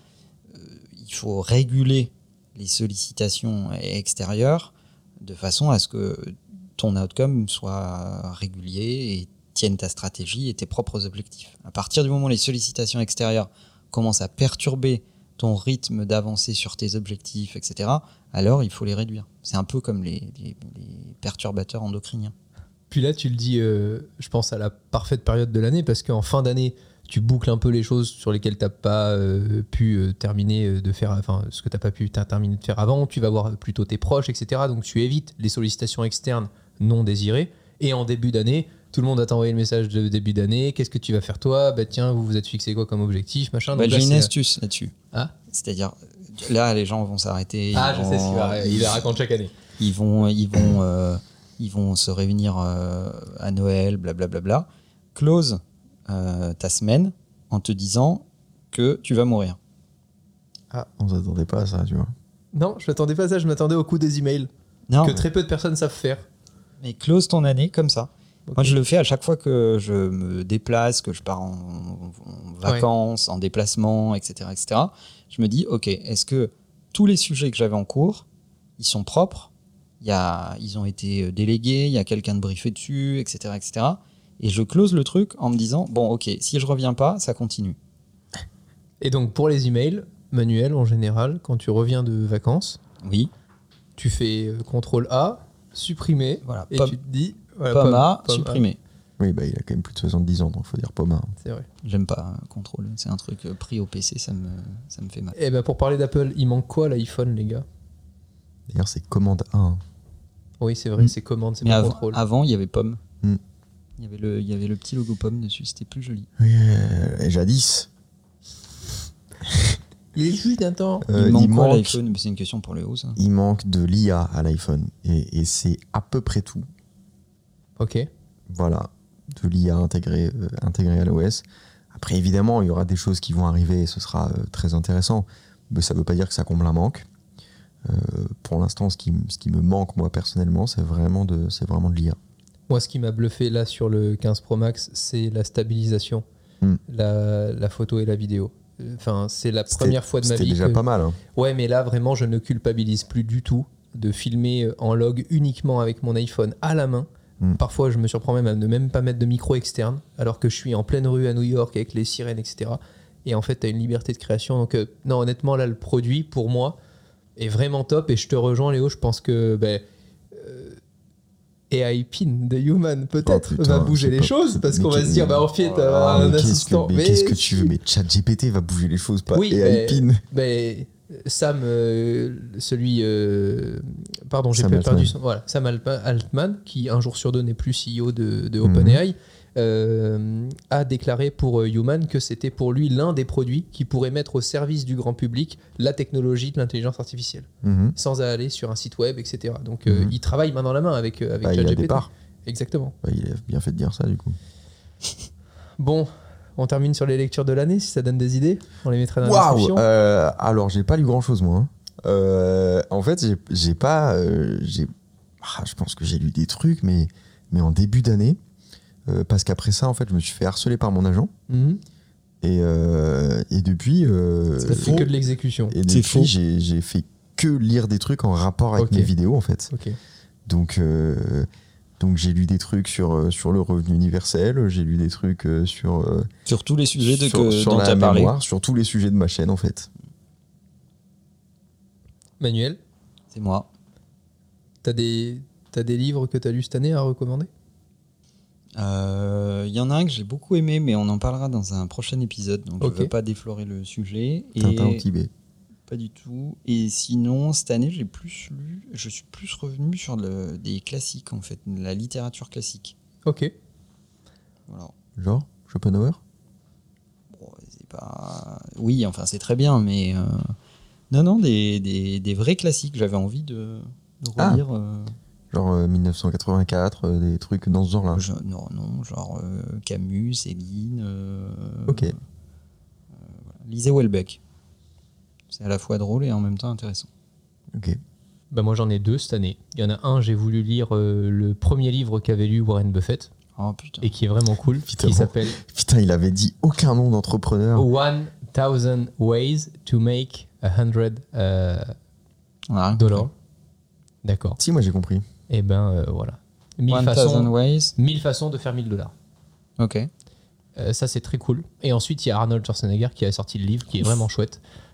il faut réguler les sollicitations extérieures de façon à ce que ton outcome soit régulier et tienne ta stratégie et tes propres objectifs. À partir du moment où les sollicitations extérieures commence à perturber ton rythme d'avancée sur tes objectifs, et cetera, alors il faut les réduire. C'est un peu comme les, les, les perturbateurs endocriniens. Puis là, tu le dis, euh, je pense à la parfaite période de l'année, parce qu'en fin d'année, tu boucles un peu les choses sur lesquelles tu n'as pas euh, pu euh, terminer de faire, enfin, ce que tu n'as pas pu terminer de faire avant. Tu vas voir plutôt tes proches, et cetera. Donc, tu évites les sollicitations externes non désirées. Et en début d'année, tout le monde a t'envoyé le message de début d'année. Qu'est-ce que tu vas faire toi ? Bah tiens, vous vous êtes fixé quoi comme objectif, machin. Bah, Donc j'ai là, une c'est- astuce là-dessus. Ah, C'est-à-dire, là, les gens vont s'arrêter. ah ils je sais ce vont- qu'il va, il la raconte chaque année. Ils vont, ils vont, euh, ils vont se réunir euh, à Noël, blablabla. Bla, bla, bla. Close euh, ta semaine en te disant que tu vas mourir. Ah, on s'attendait pas à ça, tu vois. Non, je m'attendais pas à ça, je m'attendais au coup des emails Non, que mais, très peu de personnes savent faire. mais close ton année comme ça. Ok. Moi, je le fais à chaque fois que je me déplace, que je pars en, en vacances, en déplacement, et cetera, et cetera. Je me dis, ok, est-ce que tous les sujets que j'avais en cours, ils sont propres, il y a, ils ont été délégués, il y a quelqu'un de briefé dessus, et cetera, et cetera. Et je close le truc en me disant, bon, ok, si je reviens pas, ça continue. Et donc pour les emails, Manuel, en général, quand tu reviens de vacances, Oui, tu fais euh, contrôle A, supprimer, voilà. et Pomme, tu te dis... voilà, pomme A, pomme supprimé. Oui, bah, il a quand même plus de soixante-dix ans, donc il faut dire Poma. C'est vrai. J'aime pas euh, contrôle. C'est un truc euh, pris au P C, ça me, ça me fait mal. Et ben pour parler d'Apple, il manque quoi à l'iPhone, les gars ? D'ailleurs, c'est commande un. Oui, c'est vrai, Mm. c'est commande, c'est Mais pas avant, contrôle. avant, il y avait pomme. Mm. Il y avait le, il y avait le petit logo pomme dessus, c'était plus joli. Oui, euh, et jadis. Il est juste d'un temps. euh, il manque il quoi à manque- l'iPhone? Mais c'est une question pour Léo, ça. Il manque de l'I A à l'iPhone. Et, et c'est à peu près tout. Ok. Voilà. De l'I A intégrée euh, intégrée à l'O S. Après, évidemment, il y aura des choses qui vont arriver et ce sera euh, très intéressant. Mais ça ne veut pas dire que ça comble un manque. Euh, pour l'instant, ce qui, m- ce qui me manque, moi, personnellement, c'est vraiment de, c'est vraiment de l'I A. Moi, ce qui m'a bluffé là sur le quinze Pro Max, c'est la stabilisation, Mm. la, la photo et la vidéo. Enfin, c'est la C'était- première fois de ma C'était vie déjà que... pas mal. Hein. Ouais, mais là, vraiment, je ne culpabilise plus du tout de filmer en log uniquement avec mon iPhone à la main. Mm. Parfois, je me surprends même à ne même pas mettre de micro externe, alors que je suis en pleine rue à New York avec les sirènes, et cetera. Et en fait, tu as une liberté de création. Donc, euh, non, honnêtement, là, le produit, pour moi, est vraiment top. Et je te rejoins, Léo. Je pense que ben, euh, A I Pin de Human, peut-être, Oh, putain, va bouger c'est les pas- choses. Parce mais qu'on va qu'est- se dire, bah, en fait, Oh là euh, là, un mais qu'est-ce que, assistant. mais qu'est-ce que tu si. veux Mais ChatGPT va bouger les choses, pas Oui, A I mais- Pin. Ben, Sam, euh, celui, euh, pardon, j'ai Sam perdu Altman. son, voilà, Sam Altman, Altman, qui un jour sur deux n'est plus C E O de, de Mhm. OpenAI, euh, a déclaré pour euh, Human que c'était pour lui l'un des produits qui pourrait mettre au service du grand public la technologie de l'intelligence artificielle, Mhm. sans aller sur un site web, et cetera. Donc, euh, Mhm. il travaille main dans la main avec, euh, avec Bah, il a ChatGPT. des parts. Exactement. Bah, il a bien fait de dire ça, du coup. Bon, on termine sur les lectures de l'année, si ça donne des idées. On les mettra dans la Waouh description. euh, Alors, j'ai pas lu grand-chose, moi. hein. Euh, en fait, j'ai- j'ai pas... euh, j'ai- ah, je pense que j'ai lu des trucs, mais, mais en début d'année. Euh, parce qu'après ça, en fait, je me suis fait harceler par mon agent. Mhm. Et, euh, et depuis... euh, Ça fait que de l'exécution. et C'est faux. depuis, j'ai j'ai fait que lire des trucs en rapport avec Ok. mes vidéos, en fait. Ok. Donc, euh, donc j'ai lu des trucs sur, euh, sur le revenu universel, j'ai lu des trucs euh, sur, euh, Sur tous les sujets de, sur, que, sur dont tu la as parlé. mémoire, sur tous les sujets de ma chaîne, en fait. Manuel, C'est moi. t'as des, t'as des livres que t'as lus cette année à recommander ? Il euh, y en a un que j'ai beaucoup aimé, mais on en parlera dans un prochain épisode, donc Ok. je ne veux pas déflorer le sujet. Tintin au Et Tibet. pas du tout. Et sinon, cette année, j'ai plus lu, je suis plus revenu sur le, des classiques, en fait, la littérature classique. Ok. Voilà. Genre Schopenhauer. Bon, c'est pas... Oui, enfin, c'est très bien, mais... euh, Non, non, des, des, des vrais classiques. J'avais envie de, de Ah. relire... euh, Genre euh, mille neuf cent quatre-vingt-quatre, euh, des trucs dans ce genre-là. je- non, non, genre euh, Camus, Céline... euh, Ok. Lisez Houellebecq. C'est à la fois drôle et en même temps intéressant. Ok. Bah moi j'en ai deux cette année. Il y en a un, j'ai voulu lire euh, le premier livre qu'avait lu Warren Buffett Oh putain. et qui est vraiment cool, Putain. qui s'appelle Putain, il avait dit aucun nom d'entrepreneur. One Thousand Ways to Make a Hundred euh, On a rien Dollars. compris. D'accord. Si, moi j'ai compris. Et ben euh, voilà. Mille One Thousand façons, Ways. mille façons de faire mille dollars. Ok. Euh, ça c'est très cool. Et ensuite il y a Arnold Schwarzenegger qui a sorti le livre qui est vraiment chouette.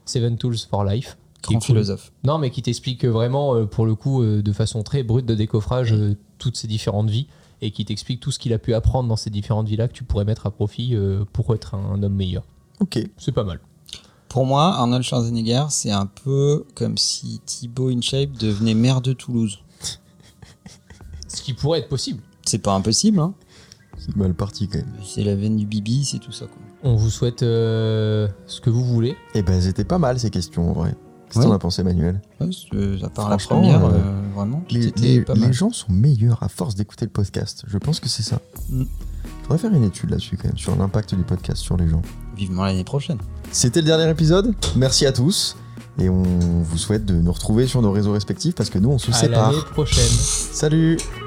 Seven Tools for Life. Grand philosophe. Non, mais qui t'explique vraiment, euh, pour le coup, euh, de façon très brute de décoffrage, euh, toutes ces différentes vies et qui t'explique tout ce qu'il a pu apprendre dans ces différentes vies-là que tu pourrais mettre à profit euh, pour être un, un homme meilleur. Ok. C'est pas mal. Pour moi, Arnold Schwarzenegger, c'est un peu comme si Thibaut InShape devenait maire de Toulouse. Ce qui pourrait être possible. C'est pas impossible, hein. C'est mal parti quand même. C'est la veine du Bibi, c'est tout ça, quoi. On vous souhaite euh, ce que vous voulez. Eh ben, c'était pas mal ces questions en vrai. Qu'est-ce que Ouais. t'en as pensé, Manuel? Ouais, c'est- à part la Franchement, première, euh, euh, vraiment, tout Les, était les- pas les mal. gens sont meilleurs à force d'écouter le podcast. Je pense que c'est ça. Mm. Faudrait faire une étude là-dessus quand même, sur l'impact du podcast sur les gens. Vivement l'année prochaine. C'était le dernier épisode. Merci à tous. Et on vous souhaite de nous retrouver sur nos réseaux respectifs parce que nous, on se À sépare. l'année prochaine. Salut!